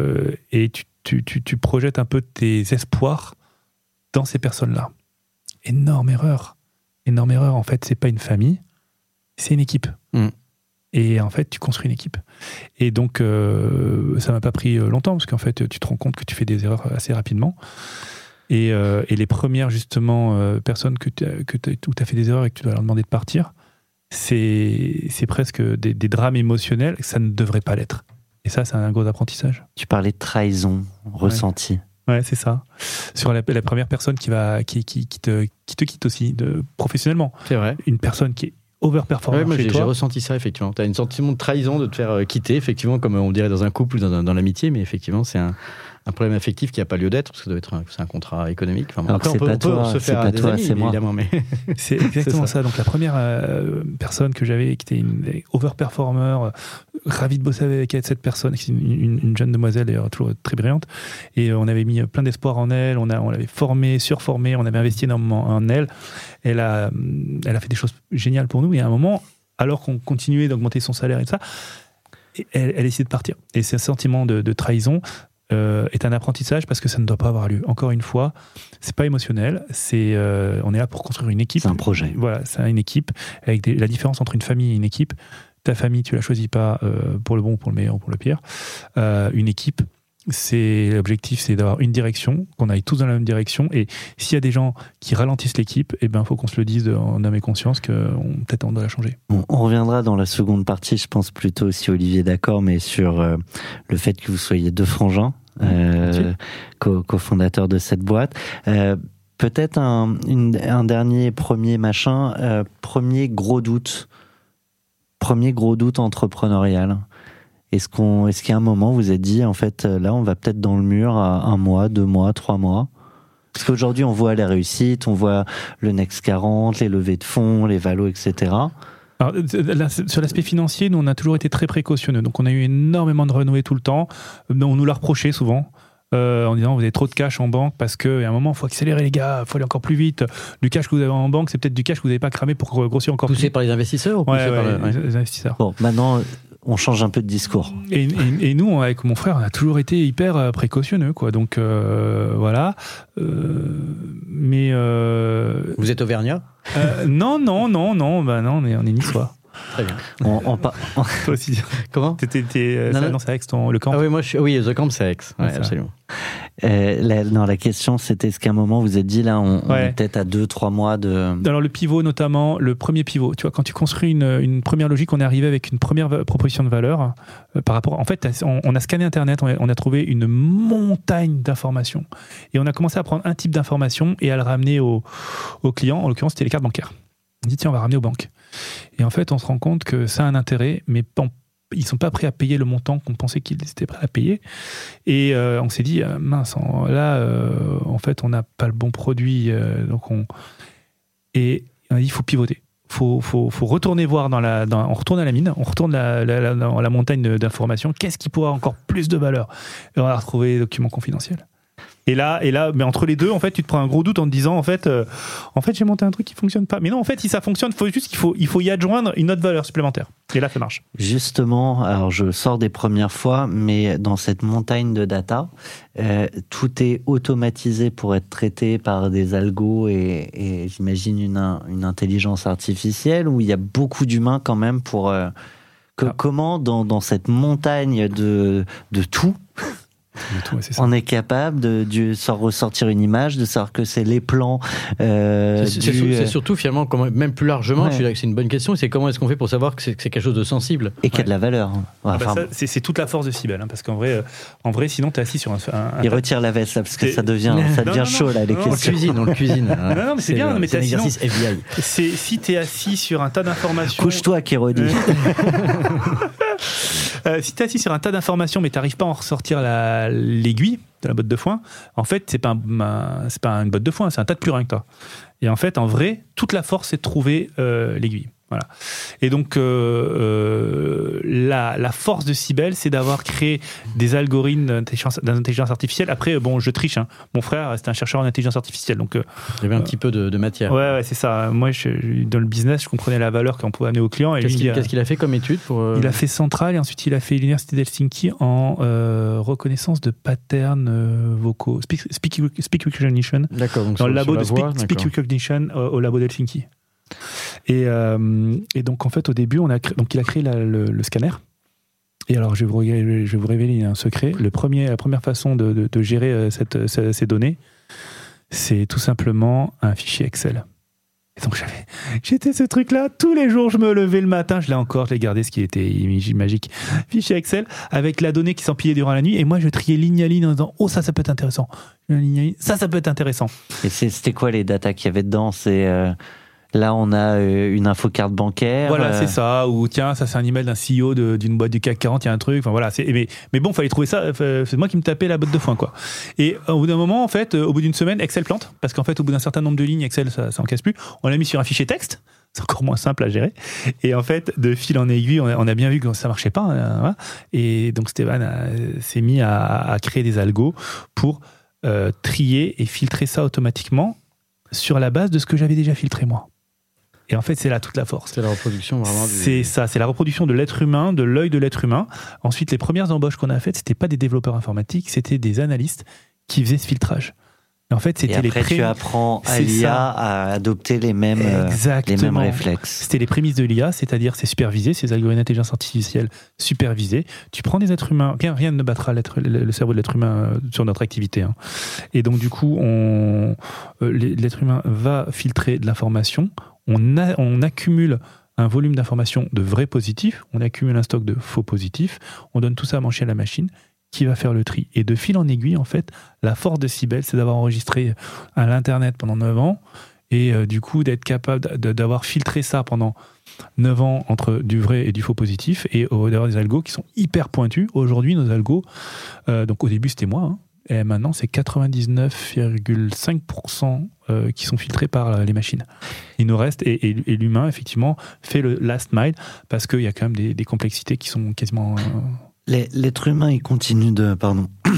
tu projettes un peu tes espoirs dans ces personnes-là. Énorme erreur. En fait, c'est pas une famille, c'est une équipe. Et en fait, tu construis une équipe. Et donc, ça m'a pas pris longtemps, parce qu'en fait, tu te rends compte que tu fais des erreurs assez rapidement. Et les premières, justement, personnes où tu as fait des erreurs et que tu dois leur demander de partir, c'est presque des drames émotionnels, ça ne devrait pas l'être. Et ça, c'est un gros apprentissage. Tu parlais de trahison ressentie. Ouais, c'est ça. Sur la première personne qui te quitte aussi, professionnellement. C'est vrai. Une personne qui est overperformant moi, chez toi. J'ai ressenti ça, effectivement. Tu as un sentiment de trahison de te faire quitter, effectivement, comme on dirait dans un couple ou dans l'amitié, mais effectivement, c'est un problème affectif qui n'a pas lieu d'être, parce que ça doit être c'est un contrat économique. Enfin, après, on peut se faire des amis, évidemment, mais... C'est exactement ça. Donc, la première personne que j'avais, qui était une overperformer, ravi de bosser avec cette personne, qui est une jeune demoiselle, d'ailleurs, toujours très brillante, et on avait mis plein d'espoir en elle, on l'avait formée, surformée, on avait investi énormément en elle. Elle a fait des choses géniales pour nous, et à un moment, alors qu'on continuait d'augmenter son salaire et tout ça, elle a décidé de partir. Et ce sentiment de trahison est un apprentissage, parce que ça ne doit pas avoir lieu. Encore une fois, c'est pas émotionnel, on est là pour construire une équipe. C'est un projet. Voilà, c'est une équipe, avec la différence entre une famille et une équipe. Ta famille, tu la choisis pas pour le bon, pour le meilleur ou pour le pire. Une équipe, l'objectif, c'est d'avoir une direction, qu'on aille tous dans la même direction, et s'il y a des gens qui ralentissent l'équipe, faut qu'on se le dise en âme et conscience que peut-être on doit la changer. On reviendra dans la seconde partie, je pense plutôt, si Olivier est d'accord, mais sur le fait que vous soyez deux frangins, cofondateurs de cette boîte. Peut-être un dernier premier premier gros doute entrepreneurial. Est-ce qu'il y a un moment où vous vous êtes dit, en fait, là, on va peut-être dans le mur à 1 mois, 2 mois, 3 mois? Parce qu'aujourd'hui, on voit les réussites, on voit le Next 40, les levées de fonds, les valos, etc. Alors, là, sur l'aspect financier, nous, on a toujours été très précautionneux. Donc, on a eu énormément de renouées tout le temps. On nous l'a reproché souvent. en disant vous avez trop de cash en banque parce qu'à un moment il faut accélérer les gars, il faut aller encore plus vite. Du cash que vous avez en banque, c'est peut-être du cash que vous n'avez pas cramé pour grossir encore Poussé plus. par les investisseurs ou poussé par les investisseurs. Bon, maintenant, on change un peu de discours. Et nous, avec mon frère, on a toujours été hyper précautionneux, quoi. Donc voilà. Mais vous êtes auvergnat? Non. Bah non, on est niçois. Très bien. Toi aussi. Comment? C'est à Aix, le camp. Ah oui, oui, The Camp, c'est à Aix. Ouais, absolument. La question, c'était est-ce qu'à un moment vous êtes dit là, on est peut-être à 2-3 mois de. Alors le pivot, notamment le premier pivot. Tu vois, quand tu construis une première logique, on est arrivé avec une première proposition de valeur par rapport. En fait, on a scanné Internet, on a trouvé une montagne d'informations et on a commencé à prendre un type d'information et à le ramener au client. En l'occurrence, c'était les cartes bancaires. On dit tiens, on va ramener aux banques. Et en fait, on se rend compte que ça a un intérêt, mais ils sont pas prêts à payer le montant qu'on pensait qu'ils étaient prêts à payer. Et on s'est dit, mince, là, en fait, on n'a pas le bon produit. Et on a dit, il faut pivoter. Faut retourner voir on retourne à la mine, on retourne dans la montagne d'informations. Qu'est-ce qui pourrait avoir encore plus de valeur? Et on a retrouvé les documents confidentiels. Et là, mais entre les deux, en fait, tu te prends un gros doute en te disant, en fait, j'ai monté un truc qui fonctionne pas. Mais non, en fait, si ça fonctionne, il faut y adjoindre une autre valeur supplémentaire. Et là, ça marche. Justement, alors je sors des premières fois, mais dans cette montagne de data, tout est automatisé pour être traité par des algos et j'imagine une intelligence artificielle où il y a beaucoup d'humains quand même pour comment dans cette montagne de tout. On est capable de ressortir une image, de savoir que c'est les plans. C'est surtout finalement, même plus largement, je suis là que c'est une bonne question, c'est comment est-ce qu'on fait pour savoir que c'est quelque chose de sensible et qui a de la valeur. C'est toute la force de Cybelle, parce qu'en vrai, sinon t'es assis sur un il retire la veste là, parce que ça devient chaud là les questions. On le cuisine. Non, mais c'est bien, mais c'est un exercice FBI. Si t'es assis sur un tas d'informations. Couche-toi, Kérodi. Si t'es assis sur un tas d'informations, mais t'arrives pas à en ressortir l'aiguille de la botte de foin, en fait, c'est pas une botte de foin, c'est un tas de purin que t'as. Et en fait, en vrai, toute la force, c'est de trouver l'aiguille. Voilà. Et donc, la force de Cybelle, c'est d'avoir créé des algorithmes d'intelligence artificielle. Après, bon, je triche. Mon frère, c'était un chercheur en intelligence artificielle. Donc, il y avait un petit peu de matière. Ouais, c'est ça. Moi, dans le business, je comprenais la valeur qu'on pouvait amener aux clients. Qu'est-ce qu'il a fait comme étude Il a fait Centrale et ensuite il a fait l'université d'Helsinki en reconnaissance de patterns vocaux. Speak recognition. D'accord. Donc dans le labo de speak recognition au labo d'Helsinki. Et donc en fait au début il a créé le scanner. Et alors je vais vous révéler un secret. La première façon de gérer ces données, c'est tout simplement un fichier Excel. Et donc j'étais ce truc-là tous les jours. Je me levais le matin, je l'ai gardé, ce qui était magique. Fichier Excel avec la donnée qui s'empilait durant la nuit. Et moi je triais ligne à ligne en disant ça peut être intéressant. Ça peut être intéressant. Et c'était quoi les datas qu'il y avait dedans? Là, on a une infocarte bancaire. Voilà, c'est ça. Ou tiens, ça c'est un email d'un CEO d'une boîte du CAC 40, il y a un truc. Enfin voilà. Mais bon, fallait trouver ça. C'est moi qui me tapais la botte de foin, quoi. Et au bout d'un moment, en fait, au bout d'une semaine, Excel plante parce qu'en fait, au bout d'un certain nombre de lignes, Excel, ça en casse plus. On l'a mis sur un fichier texte. C'est encore moins simple à gérer. Et en fait, de fil en aiguille, on a bien vu que ça marchait pas. Voilà. Et donc Stéphane s'est mis à créer des algos pour trier et filtrer ça automatiquement sur la base de ce que j'avais déjà filtré moi. Et en fait, c'est là toute la force. C'est la reproduction vraiment. C'est ça, c'est la reproduction de l'être humain, de l'œil de l'être humain. Ensuite, les premières embauches qu'on a faites, c'était pas des développeurs informatiques, c'était des analystes qui faisaient ce filtrage. Et en fait, c'était tu apprends à l'IA à adopter les mêmes réflexes. C'était les prémices de l'IA, c'est-à-dire c'est supervisé, ces algorithmes d'intelligence artificielle supervisés. Tu prends des êtres humains, rien ne battra le cerveau de l'être humain sur notre activité. Et donc, du coup, l'être humain va filtrer de l'information. On accumule un volume d'informations de vrais positifs, on accumule un stock de faux positifs, on donne tout ça à manger à la machine qui va faire le tri. Et de fil en aiguille, en fait, la force de Cybelle, c'est d'avoir enregistré à l'Internet pendant 9 ans et du coup d'être capable d'avoir filtré ça pendant 9 ans entre du vrai et du faux positif et d'avoir des algos qui sont hyper pointus. Aujourd'hui, nos algos, donc au début c'était moi, et maintenant c'est 99,5% qui sont filtrés par les machines. Il nous reste, et l'humain effectivement fait le last mile parce qu'il y a quand même des complexités qui sont quasiment... L'être humain, il continue de... Pardon.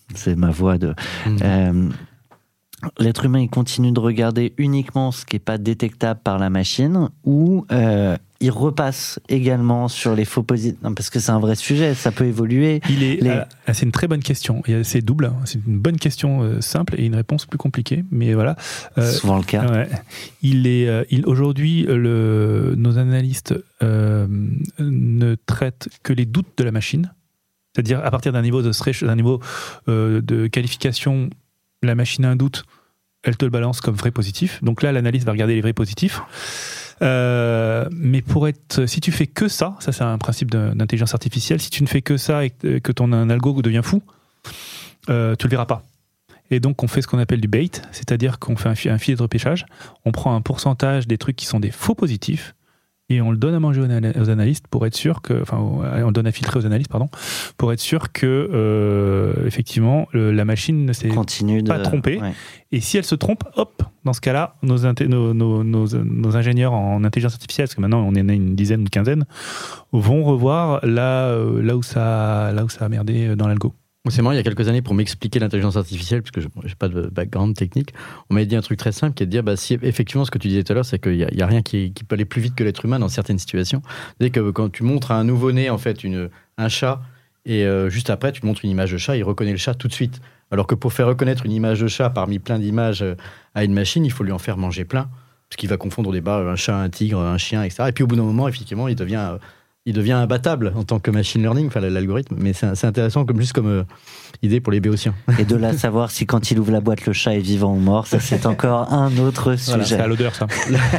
c'est ma voix de... L'être humain, il continue de regarder uniquement ce qui n'est pas détectable par la machine, ou il repasse également sur les faux positifs. Non, parce que c'est un vrai sujet, ça peut évoluer. C'est une très bonne question. C'est double. Hein. C'est une bonne question simple et une réponse plus compliquée. Mais voilà. Souvent le cas. Ouais. Aujourd'hui, nos analystes ne traitent que les doutes de la machine. C'est-à-dire, à partir d'un niveau de qualification, la machine a un doute, elle te le balance comme vrai positif. Donc là, l'analyse va regarder les vrais positifs. Mais si tu fais que ça c'est un principe d'intelligence artificielle, si tu ne fais que ça et que ton algo devient fou, tu le verras pas. Et donc on fait ce qu'on appelle du bait, c'est-à-dire qu'on fait un filet de repêchage, on prend un pourcentage des trucs qui sont des faux positifs, et on le donne à manger aux analystes pour être sûr que, enfin, on le donne à filtrer aux analystes, pardon, pour être sûr que, effectivement, la machine ne s'est pas trompée. Ouais. Et si elle se trompe, hop, dans ce cas-là, nos ingénieurs en intelligence artificielle, parce que maintenant on en a une dizaine ou une quinzaine, vont revoir là où ça a merdé dans l'algo. C'est marrant, il y a quelques années, pour m'expliquer l'intelligence artificielle, parce que je n'ai pas de background technique, on m'avait dit un truc très simple qui est de dire, si effectivement ce que tu disais tout à l'heure, c'est qu'il n'y a rien qui peut aller plus vite que l'être humain dans certaines situations. C'est que quand tu montres à un nouveau-né en fait, un chat, et juste après tu montres une image de chat, il reconnaît le chat tout de suite. Alors que pour faire reconnaître une image de chat parmi plein d'images à une machine, il faut lui en faire manger plein, parce qu'il va confondre au débat un chat, un tigre, un chien, etc. Et puis au bout d'un moment, effectivement, il devient imbattable en tant que machine learning, enfin l'algorithme, mais c'est intéressant comme idée pour les béotiens. Et de là savoir si quand il ouvre la boîte, le chat est vivant ou mort, ça c'est encore un autre sujet. Voilà, c'est à l'odeur ça.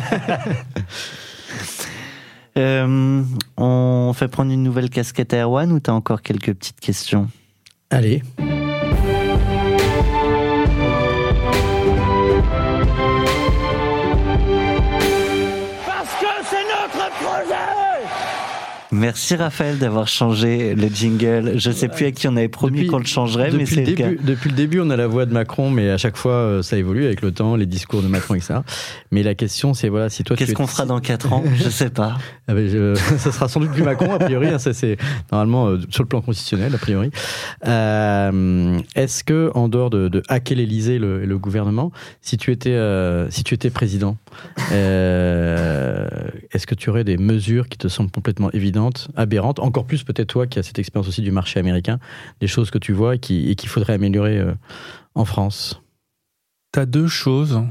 On fait prendre une nouvelle casquette à Erwan ou t'as encore quelques petites questions ? Allez. Merci Raphaël d'avoir changé le jingle. Je ne sais plus à qui on avait promis qu'on le changerait, mais c'est le cas. Depuis le début, on a la voix de Macron, mais à chaque fois, ça évolue avec le temps, les discours de Macron, etc. Mais la question, c'est voilà, si toi... Qu'est-ce qu'on fera dans 4 ans ? Je ne sais pas. Ça sera sans doute plus Macron, a priori. Hein, ça, c'est normalement sur le plan constitutionnel, a priori. Est-ce que, en dehors de hacker l'Élysée et le gouvernement, si tu étais président, est-ce que tu aurais des mesures qui te semblent complètement évidentes, aberrantes, encore plus peut-être toi qui as cette expérience aussi du marché américain, des choses que tu vois et qu'il faudrait améliorer en France? T'as deux choses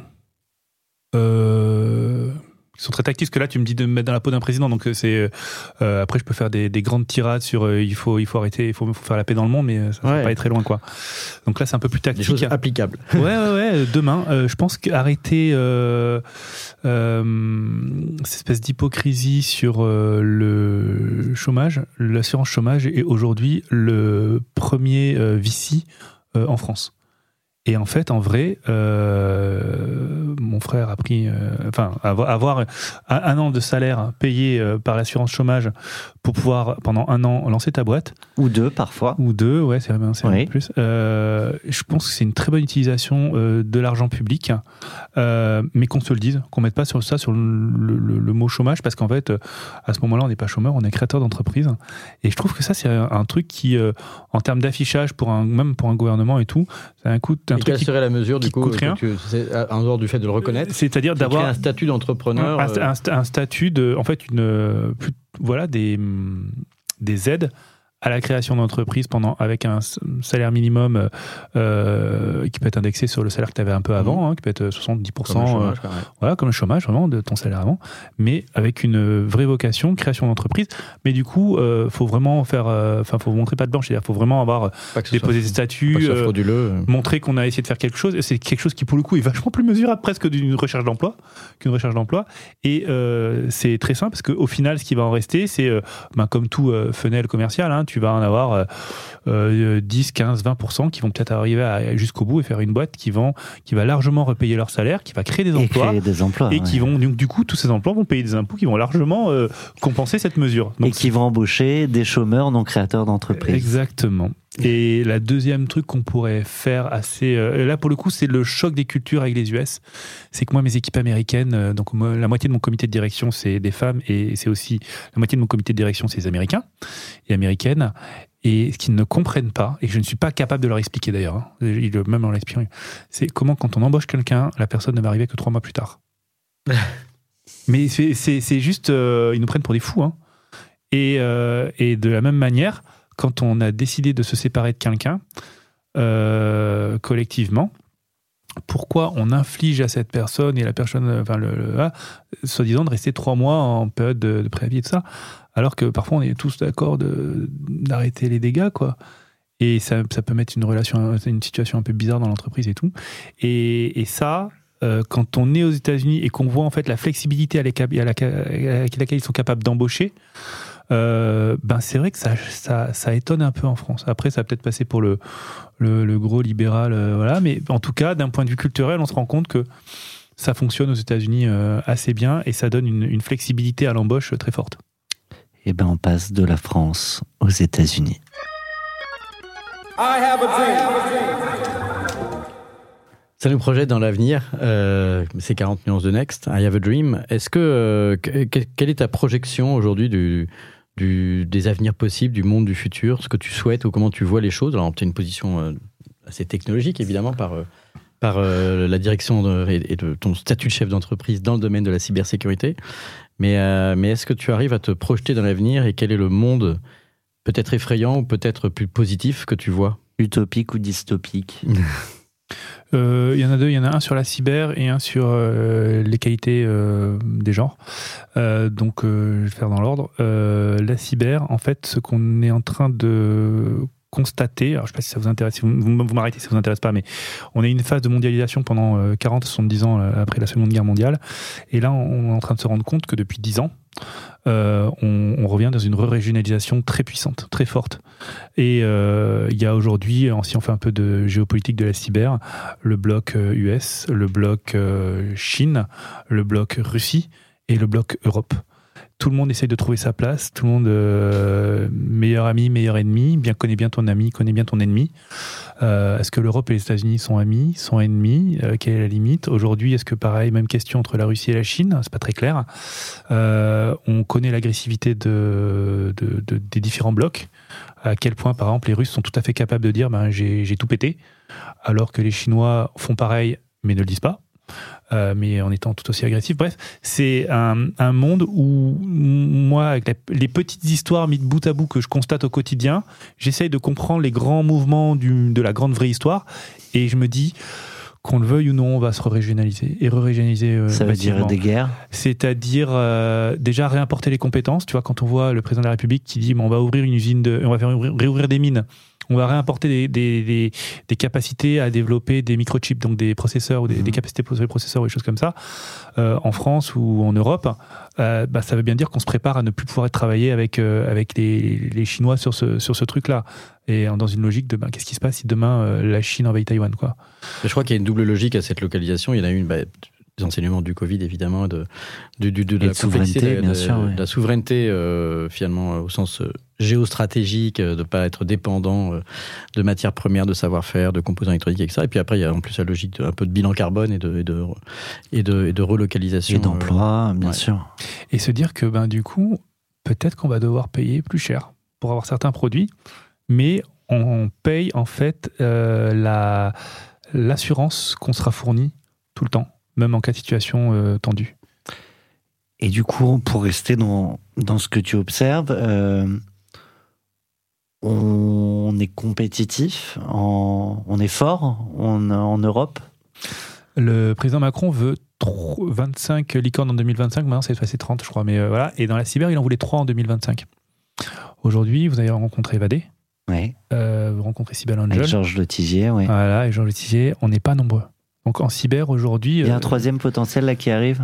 qui sont très tactiques, parce que là tu me dis de me mettre dans la peau d'un président, donc c'est après je peux faire des grandes tirades sur il faut arrêter, il faut faire la paix dans le monde, mais ça va pas aller très loin quoi. Donc là c'est un peu plus tactique. Des choses applicables. Ouais, demain je pense qu'arrêter cette espèce d'hypocrisie sur le chômage, l'assurance chômage est aujourd'hui le premier vici en France. Et en fait, en vrai, mon frère a pris... avoir un an de salaire payé par l'assurance chômage pour pouvoir, pendant 1 an, lancer ta boîte. Ou 2, parfois. Ou 2, ouais, c'est vrai, plus. Je pense que c'est une très bonne utilisation de l'argent public, mais qu'on se le dise, qu'on ne mette pas sur le mot chômage, parce qu'en fait, à ce moment-là, on n'est pas chômeur, on est créateur d'entreprise. Et je trouve que ça, c'est un truc qui, en termes d'affichage, même pour un gouvernement et tout, ça a un coût... Et quelle serait la mesure, du coup, en dehors du fait de le reconnaître, c'est-à-dire d'avoir un statut d'entrepreneur, un statut de, en fait, des aides à la création d'entreprise avec un salaire minimum qui peut être indexé sur le salaire que tu avais un peu avant, qui peut être 70%, comme le chômage vraiment de ton salaire avant, mais avec une vraie vocation, création d'entreprise. Mais du coup, faut vraiment faut montrer patte blanche, c'est-à-dire faut vraiment avoir déposé des statuts, montrer qu'on a essayé de faire quelque chose. Et c'est quelque chose qui pour le coup est vachement plus mesurable presque qu'une recherche d'emploi. Et c'est très simple parce qu'au final, ce qui va en rester, c'est comme tout funnel commercial, tu vas en avoir 10, 15, 20% qui vont peut-être arriver jusqu'au bout et faire une boîte qui va largement repayer leur salaire, qui va créer des emplois. Et qui vont, donc, du coup, tous ces emplois vont payer des impôts qui vont largement compenser cette mesure. Donc, et qui vont embaucher des chômeurs non créateurs d'entreprises. Exactement. Et la deuxième truc qu'on pourrait faire assez... là, pour le coup, c'est le choc des cultures avec les US. C'est que moi, mes équipes américaines, donc la moitié de mon comité de direction, c'est des femmes, et c'est aussi la moitié de mon comité de direction, c'est des Américains et Américaines. Et ce qu'ils ne comprennent pas, et que je ne suis pas capable de leur expliquer d'ailleurs, hein, même en l'expliquant, c'est comment quand on embauche quelqu'un, la personne ne va arriver que 3 mois plus tard. Mais c'est juste, ils nous prennent pour des fous. Hein. Et de la même manière, quand on a décidé de se séparer de quelqu'un, collectivement, pourquoi on inflige à cette personne et la personne, soi-disant de rester 3 mois en période de préavis et tout ça, alors que parfois on est tous d'accord d'arrêter les dégâts, quoi. Et ça peut mettre une situation un peu bizarre dans l'entreprise et tout. Et ça, quand on est aux États-Unis et qu'on voit en fait la flexibilité avec laquelle ils sont capables d'embaucher, c'est vrai que ça étonne un peu en France. Après, ça va peut-être passer pour le gros libéral, voilà. Mais en tout cas, d'un point de vue culturel, on se rend compte que ça fonctionne aux États-Unis assez bien et ça donne une flexibilité à l'embauche très forte. Et on passe de la France aux États-Unis. Ça nous projette dans l'avenir, ces 40 nuances de Next, I have a dream. Est-ce quelle est ta projection aujourd'hui des avenirs possibles, du monde du futur, ce que tu souhaites ou comment tu vois les choses? Alors, tu as une position assez technologique, évidemment, par la direction et de ton statut de chef d'entreprise dans le domaine de la cybersécurité. Mais est-ce que tu arrives à te projeter dans l'avenir et quel est le monde peut-être effrayant ou peut-être plus positif que tu vois? Utopique ou dystopique? Il y en a 2, il y en a un sur la cyber et un sur les qualités des genres. Donc je vais faire dans l'ordre. La cyber, en fait, ce qu'on est en train de constater, alors je ne sais pas si ça vous intéresse, si vous m'arrêtez si ça ne vous intéresse pas, mais on a eu une phase de mondialisation pendant 40-70 ans après la Seconde Guerre mondiale, et là on est en train de se rendre compte que depuis 10 ans, on revient dans une régionalisation très puissante, très forte. Et il y a aujourd'hui, si on fait un peu de géopolitique de la cyber, le bloc US, le bloc Chine, le bloc Russie et le bloc Europe. Tout le monde essaye de trouver sa place, tout le monde meilleur ami, meilleur ennemi, connaît bien ton ami, connaît bien ton ennemi. Est-ce que l'Europe et les États-Unis sont amis, sont ennemis? Quelle est la limite? Aujourd'hui, est-ce que pareil, même question entre la Russie et la Chine? C'est pas très clair. On connaît l'agressivité des différents blocs. À quel point, par exemple, les Russes sont tout à fait capables de dire j'ai tout pété, alors que les Chinois font pareil, mais ne le disent pas. Mais en étant tout aussi agressif. Bref, c'est un monde où moi, avec les petites histoires mises bout à bout que je constate au quotidien, j'essaye de comprendre les grands mouvements de la grande vraie histoire, et je me dis, qu'on le veuille ou non, on va se régionaliser et re-régionaliser. Ça veut dire des guerres. C'est-à-dire déjà réimporter les compétences. Tu vois, quand on voit le président de la République qui dit on va ouvrir une usine, on va réouvrir des mines. On va réimporter des capacités à développer des microchips, donc des processeurs ou des capacités pour les processeurs ou des choses comme ça, en France ou en Europe. Ça veut bien dire qu'on se prépare à ne plus pouvoir travailler avec les Chinois sur ce truc-là. Et dans une logique de qu'est-ce qui se passe si demain la Chine envahit Taïwan, quoi. Je crois qu'il y a une double logique à cette localisation. Il y en a une, des enseignements du Covid, évidemment, de la souveraineté, bien sûr, de la souveraineté, finalement, au sens géostratégique, de ne pas être dépendant de matières premières, de savoir-faire, de composants électroniques, etc. Et puis après, il y a en plus la logique un peu de bilan carbone et de relocalisation. Et d'emploi, bien sûr. Et se dire que, du coup, peut-être qu'on va devoir payer plus cher pour avoir certains produits, mais on paye, en fait, l'assurance qu'on sera fourni tout le temps, même en cas de situation tendue. Et du coup, pour rester dans ce que tu observes, on est compétitif, on est fort en Europe. Le président Macron veut 25 licornes en 2025, maintenant c'est passé 30 je crois, mais voilà. Et dans la cyber, il en voulait 3 en 2025. Aujourd'hui, vous avez rencontré Evadé. Oui. Vous rencontrez Cyber Angel. Avec Georges Letizier, oui. Voilà, et Georges Letizier, on n'est pas nombreux. Donc en cyber aujourd'hui... Il y a un troisième potentiel là qui arrive.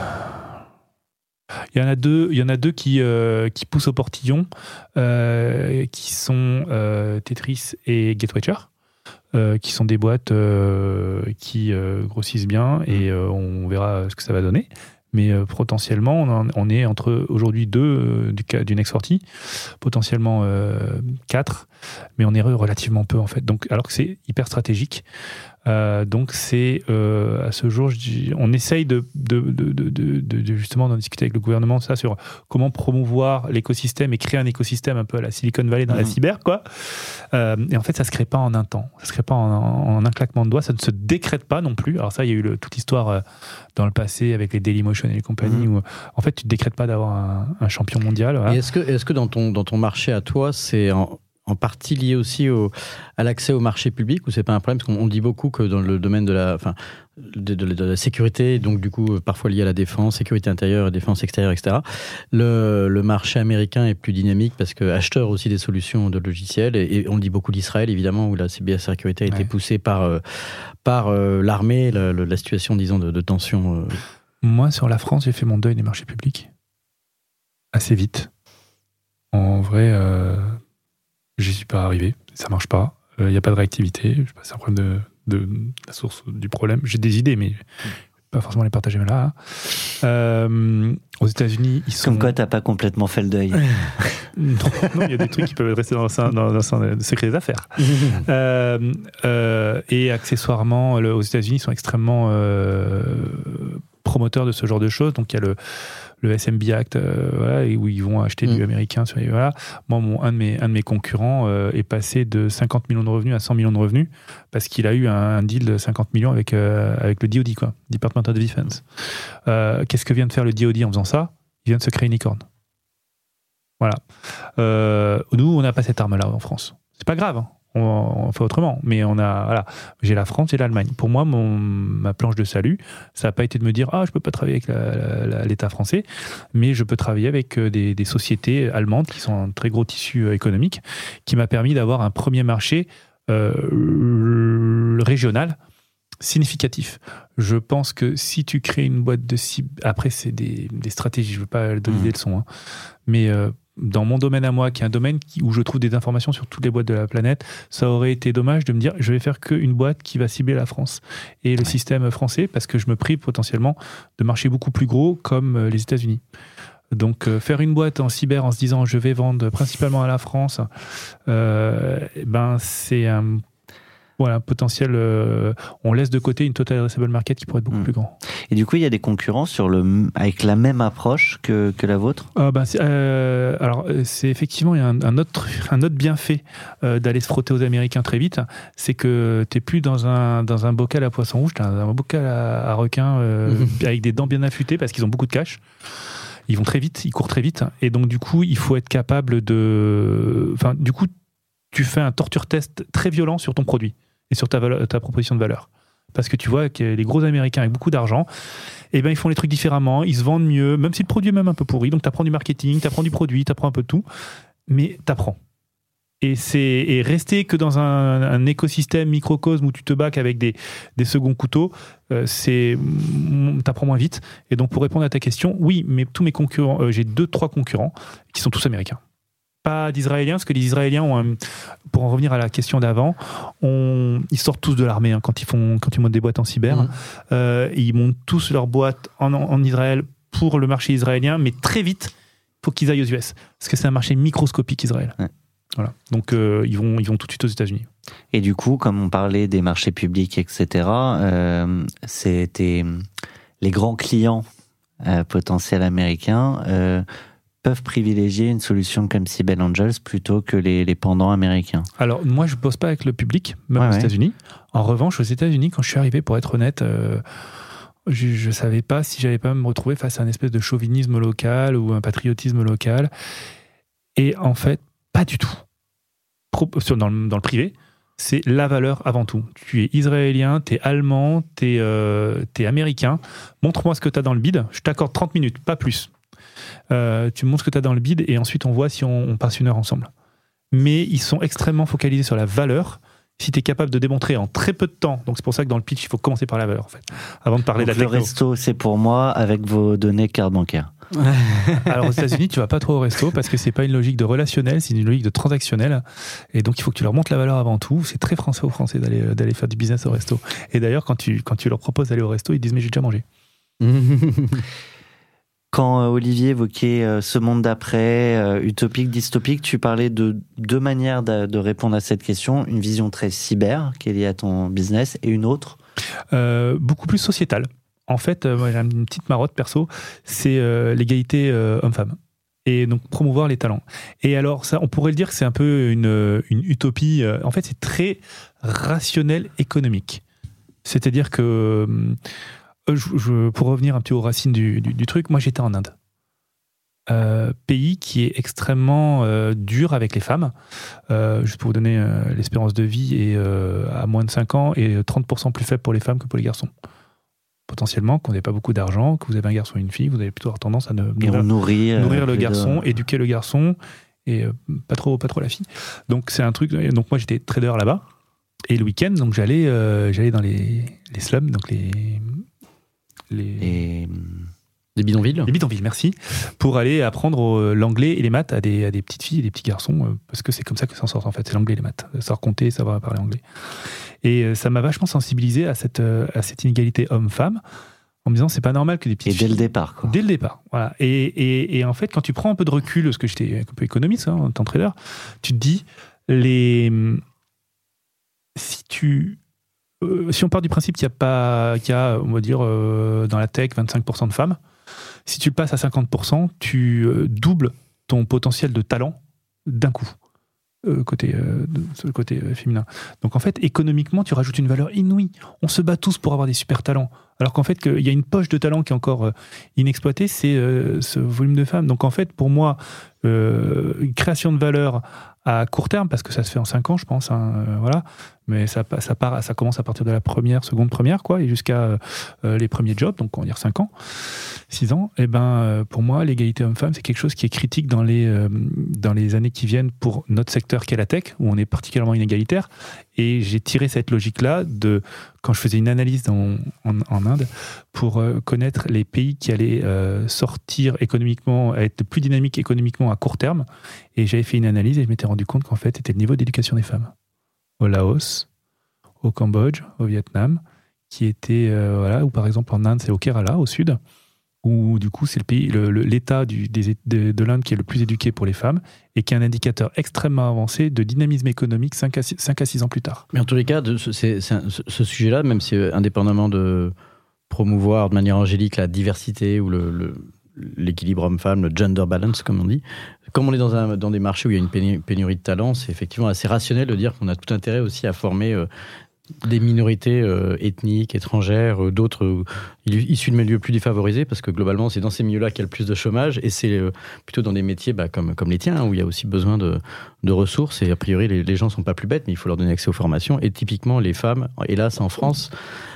Il y en a deux qui poussent au portillon, qui sont Tetris et Gatewatcher, qui sont des boîtes qui grossissent bien, et on verra ce que ça va donner. Mais potentiellement, on est entre aujourd'hui 2 du Next 40, potentiellement 4, mais on est relativement peu en fait. Donc, alors que c'est hyper stratégique. Donc c'est à ce jour, on essaye de justement d'en discuter avec le gouvernement ça sur comment promouvoir l'écosystème et créer un écosystème un peu à la Silicon Valley dans la cyber, quoi. Et en fait, ça se crée pas en un temps, ça se crée pas en un claquement de doigts, ça ne se décrète pas non plus. Alors ça, il y a eu toute l'histoire dans le passé avec les Dailymotion et les compagnies où en fait, tu ne décrètes pas d'avoir un champion mondial. Voilà. Et est-ce que dans ton marché à toi, c'est en partie lié aussi à l'accès au marché public, ou c'est pas un problème? Parce qu'on dit beaucoup que dans le domaine de la sécurité, donc du coup parfois lié à la défense, sécurité intérieure, défense extérieure, etc., le marché américain est plus dynamique parce que acheteur aussi des solutions de logiciels, et on dit beaucoup d'Israël évidemment, où la cybersécurité a été poussée par l'armée, la situation, disons, de tension. Moi, sur la France, j'ai fait mon deuil des marchés publics assez vite. En vrai, j'y suis pas arrivé, ça marche pas, il n'y a pas de réactivité, je sais pas, c'est un problème de la source du problème. J'ai des idées, mais pas forcément les partager là. Aux États-Unis, ils sont... Comme quoi, t'as pas complètement fait le deuil. Non, il y a des trucs qui peuvent rester dans le secret des affaires. Et accessoirement, aux États-Unis, ils sont extrêmement promoteurs de ce genre de choses. Donc il y a le SMB Act, où ils vont acheter du américain. Voilà. Moi, un de mes concurrents est passé de 50 millions de revenus à 100 millions de revenus parce qu'il a eu un deal de 50 millions avec le DoD, quoi, Department of Defense. Qu'est-ce que vient de faire le DoD en faisant ça? Il vient de se créer une licorne. Voilà. Nous, on n'a pas cette arme-là en France. C'est pas grave, hein. On fait autrement, mais j'ai la France et l'Allemagne. Pour moi, ma planche de salut, ça n'a pas été de me dire je peux pas travailler avec l'État français, mais je peux travailler avec des sociétés allemandes qui sont un très gros tissu économique, qui m'a permis d'avoir un premier marché régional significatif. Je pense que si tu crées une boîte de cible, après c'est des stratégies, je veux pas donner des leçons, hein, mais dans mon domaine à moi, qui est un domaine où je trouve des informations sur toutes les boîtes de la planète, ça aurait été dommage de me dire je vais faire qu'une boîte qui va cibler la France et le système français, parce que je me prive potentiellement de marchés beaucoup plus gros comme les États-Unis. Donc faire une boîte en cyber en se disant je vais vendre principalement à la France, c'est un potentiel, on laisse de côté une total addressable market qui pourrait être beaucoup plus grand. Et du coup, il y a des concurrents avec la même approche que la vôtre? Alors, c'est effectivement, il y a un autre bienfait d'aller se frotter aux Américains très vite, c'est que tu n'es plus dans un bocal à poisson rouge, tu as un bocal à requin avec des dents bien affûtées parce qu'ils ont beaucoup de cash. Ils vont très vite, ils courent très vite, et donc du coup, il faut être capable tu fais un torture test très violent sur ton produit et sur ta proposition de valeur. Parce que tu vois que les gros Américains avec beaucoup d'argent, ils font les trucs différemment, ils se vendent mieux, même si le produit est même un peu pourri. Donc tu apprends du marketing, tu apprends du produit, tu apprends un peu de tout, mais tu apprends. Et rester que dans un écosystème microcosme où tu te bacs avec des seconds couteaux, t'apprends moins vite. Et donc pour répondre à ta question, oui, mais tous mes concurrents, j'ai 2-3 concurrents qui sont tous américains. Pas d'Israéliens, parce que les Israéliens pour en revenir à la question d'avant, ils sortent tous de l'armée quand ils montent des boîtes en cyber. Ils montent tous leurs boîtes en Israël pour le marché israélien, mais très vite, il faut qu'ils aillent aux US, parce que c'est un marché microscopique, Israël. Ouais. Voilà. Donc ils vont tout de suite aux États-Unis. Et du coup, comme on parlait des marchés publics, etc., c'était les grands clients potentiels américains peuvent privilégier une solution comme Cyber Angels plutôt que les pendants américains. Alors, moi, je ne bosse pas avec le public, même aux États-Unis. En revanche, aux États-Unis, quand je suis arrivé, pour être honnête, je ne savais pas si j'allais pas me retrouver face à un espèce de chauvinisme local ou un patriotisme local. Et en fait, pas du tout. Dans le privé, c'est la valeur avant tout. Tu es israélien, tu es allemand, tu es américain. Montre-moi ce que tu as dans le bid. Je t'accorde 30 minutes, pas plus. Tu montres ce que tu as dans le bid et ensuite on voit si on passe 1 heure ensemble. Mais ils sont extrêmement focalisés sur la valeur. Si tu es capable de démontrer en très peu de temps, donc c'est pour ça que dans le pitch, il faut commencer par la valeur en fait, avant de parler donc de la techno. Le resto, c'est pour moi avec vos données carte bancaire. Alors aux États-Unis, tu vas pas trop au resto parce que c'est pas une logique de relationnel, c'est une logique de transactionnel. Et donc il faut que tu leur montres la valeur avant tout. C'est très français aux Français d'aller faire du business au resto. Et d'ailleurs, quand tu leur proposes d'aller au resto, ils disent mais j'ai déjà mangé. Quand Olivier évoquait ce monde d'après, utopique, dystopique, tu parlais de deux manières de répondre à cette question. Une vision très cyber, qui est liée à ton business, et une autre beaucoup plus sociétale. En fait, moi, j'ai une petite marotte perso, c'est l'égalité homme-femme. Et donc promouvoir les talents. Et alors, ça, on pourrait le dire que c'est un peu une utopie. En fait, c'est très rationnel économique. C'est-à-dire que, pour revenir un petit aux racines du truc, moi j'étais en Inde. Pays qui est extrêmement dur avec les femmes. Juste pour vous donner, l'espérance de vie est à moins de 5 ans et 30% plus faible pour les femmes que pour les garçons. Potentiellement, quand vous n'avez pas beaucoup d'argent, que vous avez un garçon et une fille, vous avez plutôt avoir tendance à nourrir le garçon, éduquer le garçon, et pas trop la fille. Donc c'est un truc. Donc moi j'étais trader là-bas, et le week-end, donc j'allais dans les slums, donc les bidonvilles. Les bidonvilles, merci, pour aller apprendre l'anglais et les maths à des petites filles et des petits garçons, parce que c'est comme ça que ça s'en sort en fait, c'est l'anglais et les maths, savoir compter, savoir parler anglais. Et ça m'a vachement sensibilisé à cette inégalité homme-femme, en me disant c'est pas normal que des petites filles... Et dès le départ, quoi. Dès le départ, voilà. Et en fait, quand tu prends un peu de recul, parce que j'étais un peu économiste en tant que trader, tu te dis, si on part du principe qu'il y a, on va dire, dans la tech, 25% de femmes, si tu le passes à 50%, tu doubles ton potentiel de talent d'un coup. Côté féminin. Donc en fait, économiquement, tu rajoutes une valeur inouïe. On se bat tous pour avoir des super talents. Alors qu'en fait, il y a une poche de talent qui est encore inexploitée, c'est ce volume de femmes. Donc en fait, pour moi, une création de valeur à court terme, parce que ça se fait en 5 ans, je pense, voilà. Mais ça commence à partir de la seconde première, quoi, et jusqu'à les premiers jobs, donc on va dire 5 ans, 6 ans. Et pour moi, l'égalité homme-femme, c'est quelque chose qui est critique dans les années qui viennent pour notre secteur qu'est la tech, où on est particulièrement inégalitaire. Et j'ai tiré cette logique-là quand je faisais une analyse en Inde, pour connaître les pays qui allaient sortir économiquement, être plus dynamiques économiquement à court terme. Et j'avais fait une analyse et je m'étais rendu compte qu'en fait, c'était le niveau d'éducation des femmes. Au Laos, au Cambodge, au Vietnam, qui était, ou par exemple en Inde, c'est au Kerala, au sud, où du coup, c'est le pays, l'État de l'Inde qui est le plus éduqué pour les femmes et qui est un indicateur extrêmement avancé de dynamisme économique 5 à 6 ans plus tard. Mais en tous les cas, ce sujet-là, même si indépendamment de promouvoir de manière angélique la diversité ou l'équilibre homme-femme, le gender balance, comme on dit, comme on est dans des marchés où il y a une pénurie de talents, c'est effectivement assez rationnel de dire qu'on a tout intérêt aussi à former des minorités ethniques, étrangères, d'autres issus de milieux plus défavorisés, parce que globalement, c'est dans ces milieux-là qu'il y a le plus de chômage, et c'est plutôt dans des métiers comme les tiens, où il y a aussi besoin de ressources, et a priori, les gens ne sont pas plus bêtes, mais il faut leur donner accès aux formations, et typiquement, les femmes, hélas, en France,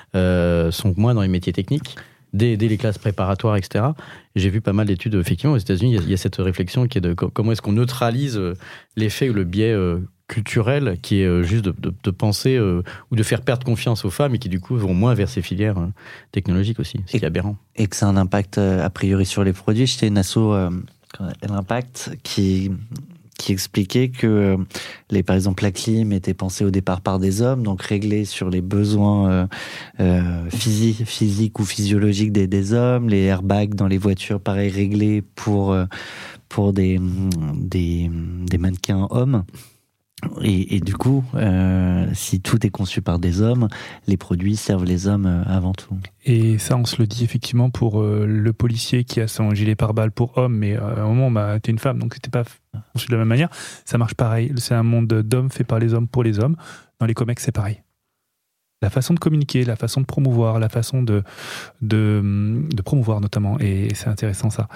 sont moins dans les métiers techniques, dès les classes préparatoires, etc. J'ai vu pas mal d'études, effectivement, aux États-Unis, il y a cette réflexion qui est de comment est-ce qu'on neutralise l'effet ou le biais culturel qui est juste de penser ou de faire perdre confiance aux femmes et qui du coup vont moins vers ces filières technologiques aussi, ce qui est aberrant. Et que ça a un impact a priori sur les produits. J'étais une asso, l'Impact, qui expliquait que par exemple la clim était pensée au départ par des hommes, donc réglée sur les besoins physiques ou physiologiques des hommes, les airbags dans les voitures pareil réglés pour des mannequins hommes. Et du coup, si tout est conçu par des hommes, les produits servent les hommes avant tout. Et ça, on se le dit effectivement pour le policier qui a son gilet pare-balles pour homme, mais à un moment, t'es une femme, donc c'était pas conçu de la même manière. Ça marche pareil. C'est un monde d'hommes fait par les hommes pour les hommes. Dans les comex, c'est pareil. La façon de communiquer, la façon de promouvoir, la façon de promouvoir notamment, et c'est intéressant ça.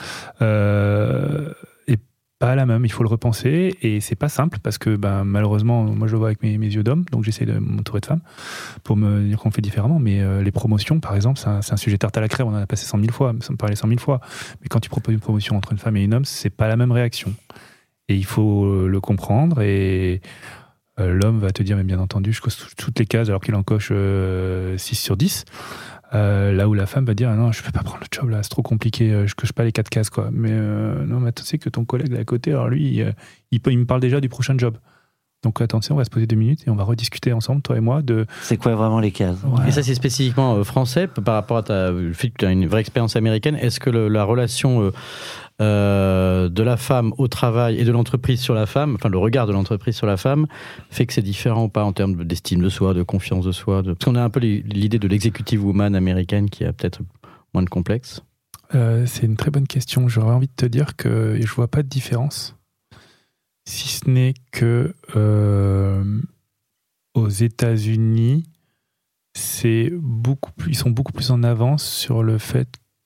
Pas la même, il faut le repenser et c'est pas simple parce que malheureusement moi je le vois avec mes yeux d'homme, donc j'essaie de m'entourer de femmes pour me dire qu'on fait différemment, mais les promotions par exemple c'est un sujet tarte à la crème, on en a passé 100 000 fois, ça me parlait 100 000 fois, mais quand tu proposes une promotion entre une femme et un homme, c'est pas la même réaction et il faut le comprendre et l'homme va te dire mais bien entendu je coche toutes les cases alors qu'il en coche 6 sur 10. Là où la femme va dire ah non je peux pas prendre le job là c'est trop compliqué je coche pas les 4 cases quoi mais non mais tu sais que ton collègue à côté alors lui il me parle déjà du prochain job Donc attention, on va se poser 2 minutes et on va rediscuter ensemble, toi et moi, de... C'est quoi vraiment les cases? Ouais. Et ça, c'est spécifiquement français par rapport à le fait que tu as une vraie expérience américaine. Est-ce que la relation de la femme au travail et de l'entreprise sur la femme, enfin le regard de l'entreprise sur la femme, fait que c'est différent ou pas en termes d'estime de soi, de confiance de soi Parce qu'on a un peu l'idée de l'executive woman américaine qui a peut-être moins de complexe. C'est une très bonne question. J'aurais envie de te dire que je vois pas de différence. Si ce n'est que aux États-Unis, ils sont beaucoup plus en avance sur le fait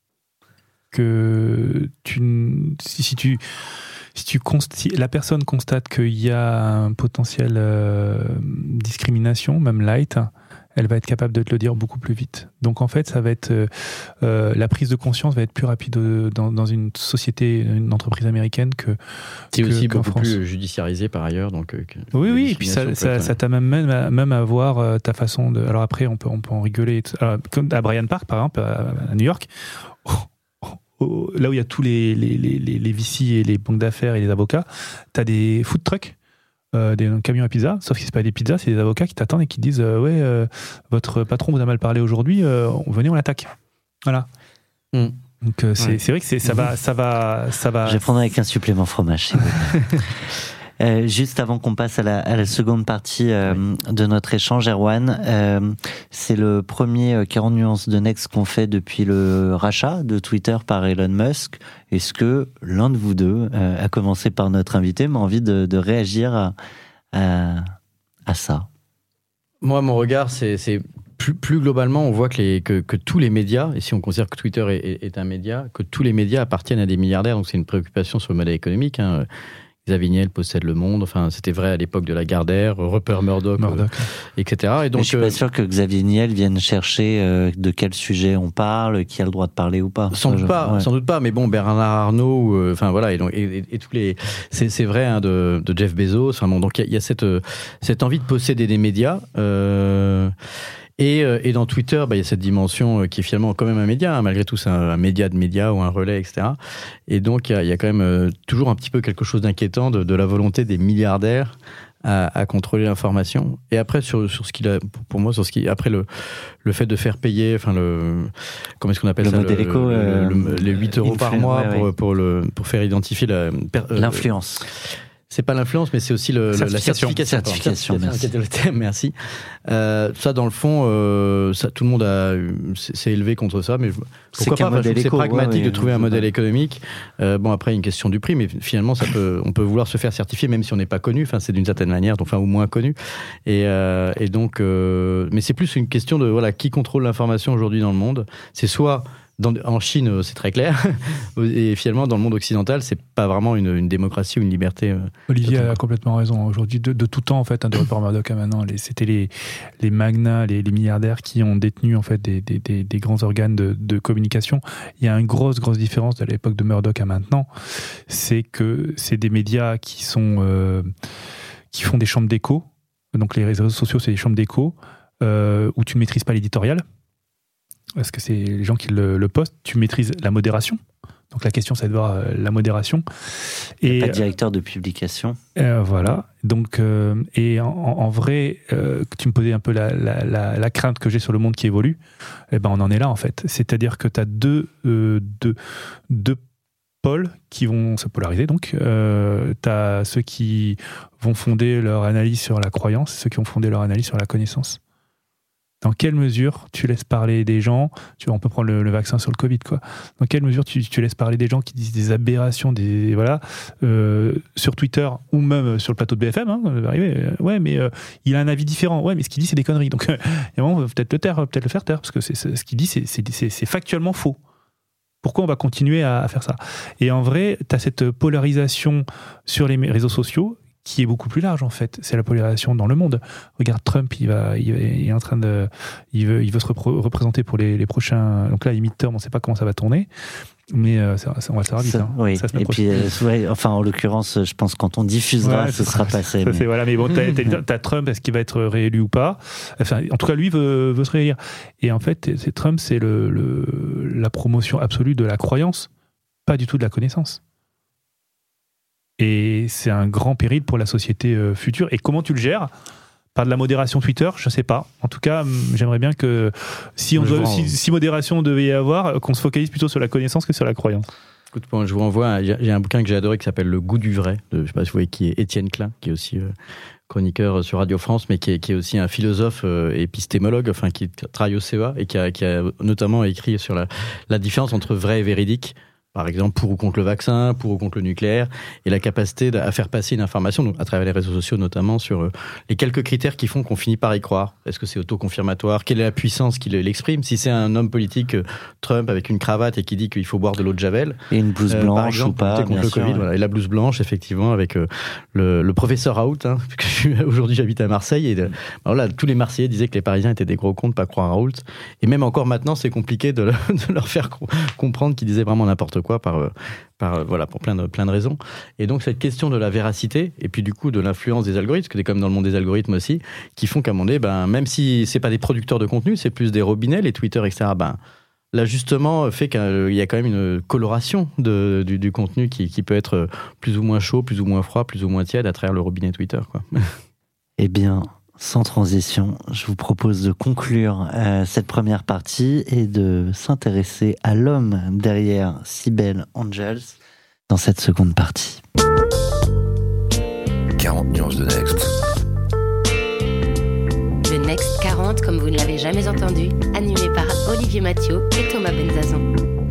que si la personne constate qu'il y a un potentiel discrimination, même light, elle va être capable de te le dire beaucoup plus vite. Donc en fait, ça va être la prise de conscience va être plus rapide dans une société, une entreprise américaine que. C'est aussi beaucoup France. plus judiciarisé par ailleurs, donc. Oui, et puis ça t'amène même à voir ta façon de. Alors après, on peut en rigoler. Alors, comme à Bryant Park, par exemple, à New York. Là où il y a tous les VC et les banques d'affaires et les avocats, t'as des food trucks. Des camions à pizza, sauf que c'est pas des pizzas, c'est des avocats qui t'attendent et qui disent votre patron vous a mal parlé aujourd'hui, venez on l'attaque. Voilà. Donc c'est vrai que ça va. Je vais prendre avec un supplément fromage. Si vous voulez. Juste avant qu'on passe à la seconde partie de notre échange, Erwan, c'est le premier 40 nuances de Next qu'on fait depuis le rachat de Twitter par Elon Musk. Est-ce que l'un de vous deux, à commencer par notre invité, m'a envie de réagir à ça? Moi, mon regard, c'est plus globalement, on voit que tous les médias, et si on considère que Twitter est un média, que tous les médias appartiennent à des milliardaires, donc c'est une préoccupation sur le modèle économique. Xavier Niel possède Le Monde, enfin c'était vrai à l'époque de Lagardère, Rupert Murdoch. Etc. Et donc, mais je suis pas sûr que Xavier Niel vienne chercher de quel sujet on parle, qui a le droit de parler ou pas. Sans doute pas, mais bon, Bernard Arnault, enfin voilà, et tous les, c'est vrai de Jeff Bezos. Enfin bon, donc il y a cette envie de posséder des médias. Et dans Twitter, il y a cette dimension qui est finalement quand même un média, hein, malgré tout c'est un média de médias ou un relais, etc. Et donc il y a quand même toujours un petit peu quelque chose d'inquiétant de la volonté des milliardaires à contrôler l'information. Et après sur ce qu'il a, pour moi, après le fait de faire payer, enfin comment est-ce qu'on appelle ça, modèle éco, les 8 euros par mois pour faire identifier l'influence. C'est pas l'influence, mais c'est aussi la certification. Merci. Le thème, merci. Ça, dans le fond, ça, tout le monde s'est élevé contre ça, mais pourquoi pas? C'est pragmatique de trouver un modèle économique. Bon, après, il y a une question du prix, mais finalement, on peut vouloir se faire certifier, même si on n'est pas connu. Enfin, c'est d'une certaine manière, enfin, ou moins connu. Et donc, mais c'est plus une question de qui contrôle l'information aujourd'hui dans le monde. C'est soit en Chine, c'est très clair. Et finalement, dans le monde occidental, c'est pas vraiment une démocratie ou une liberté. Olivier a complètement raison. Aujourd'hui, de tout temps, en fait, de Rupert Murdoch à maintenant, c'était les magnats, les milliardaires qui ont détenu en fait des grands organes de communication. Il y a une grosse différence de l'époque de Murdoch à maintenant. C'est que c'est des médias qui font des chambres d'écho. Donc les réseaux sociaux, c'est des chambres d'écho où tu ne maîtrises pas l'éditorial. Parce que c'est les gens qui le postent, tu maîtrises la modération. Donc la question, c'est de voir la modération. Et pas de directeur de publication. Voilà. Donc, et en vrai, tu me posais un peu la crainte que j'ai sur le monde qui évolue. Eh ben, on en est là, en fait. C'est-à-dire que tu as deux pôles qui vont se polariser. Donc, tu as ceux qui vont fonder leur analyse sur la croyance, ceux qui vont fonder leur analyse sur la connaissance. Dans quelle mesure tu laisses parler des gens, on peut prendre le vaccin sur le Covid, quoi. Dans quelle mesure tu laisses parler des gens qui disent des aberrations, sur Twitter ou même sur le plateau de BFM, hein, mais il a un avis différent. Ouais, mais ce qu'il dit c'est des conneries. Donc, on va peut-être le faire taire, parce que ce qu'il dit c'est factuellement faux. Pourquoi on va continuer à faire ça? Et en vrai, tu as cette polarisation sur les réseaux sociaux qui est beaucoup plus large, en fait. C'est la polarisation dans le monde. Regarde, Trump, il est en train il veut se représenter pour les prochains. Donc là, les midterms, on ne sait pas comment ça va tourner, mais on va le savoir vite. Oui. Et puis, en l'occurrence, je pense que quand on diffusera, ce sera passé. Mais bon, t'as Trump, est-ce qu'il va être réélu ou pas? Enfin, en tout cas, lui veut se réélire. Et en fait, Trump, c'est la promotion absolue de la croyance, pas du tout de la connaissance. Et c'est un grand péril pour la société future. Et comment tu le gères ? Par de la modération Twitter, je ne sais pas. En tout cas, j'aimerais bien que si modération devait y avoir, qu'on se focalise plutôt sur la connaissance que sur la croyance. Écoute, je vous renvoie, il y a un bouquin que j'ai adoré qui s'appelle Le goût du vrai, je ne sais pas si vous voyez, qui est Étienne Klein, qui est aussi chroniqueur sur Radio France, mais qui est aussi un philosophe épistémologue, enfin qui travaille au CEA et qui a notamment écrit sur la différence entre vrai et véridique. Par exemple, pour ou contre le vaccin, pour ou contre le nucléaire, et la capacité à faire passer une information, donc à travers les réseaux sociaux notamment, sur les quelques critères qui font qu'on finit par y croire. Est-ce que c'est autoconfirmatoire ? Quelle est la puissance qui l'exprime ? Si c'est un homme politique, Trump, avec une cravate et qui dit qu'il faut boire de l'eau de Javel... Et une blouse blanche par exemple, ou pas, contre le Covid, voilà. Et la blouse blanche, effectivement, avec le professeur Raoult, hein, aujourd'hui j'habite à Marseille, et voilà, tous les Marseillais disaient que les Parisiens étaient des gros cons de pas croire à Raoult. Et même encore maintenant, c'est compliqué de leur faire comprendre qu'ils disaient vraiment n'importe quoi pour plein de raisons. Et donc cette question de la véracité et puis du coup de l'influence des algorithmes, parce que c'est comme dans le monde des algorithmes aussi, qui font qu'à un moment donné, même si c'est pas des producteurs de contenu, c'est plus des robinets, les Twitter, etc. L'ajustement fait qu'il y a quand même une coloration du contenu qui peut être plus ou moins chaud, plus ou moins froid, plus ou moins tiède à travers le robinet Twitter, quoi. Eh bien, sans transition, je vous propose de conclure cette première partie et de s'intéresser à l'homme derrière Cybèle Angels dans cette seconde partie. 40 nuances de Next. Le Next 40 comme vous ne l'avez jamais entendu, animé par Olivier Mathieu et Thomas Benzazon.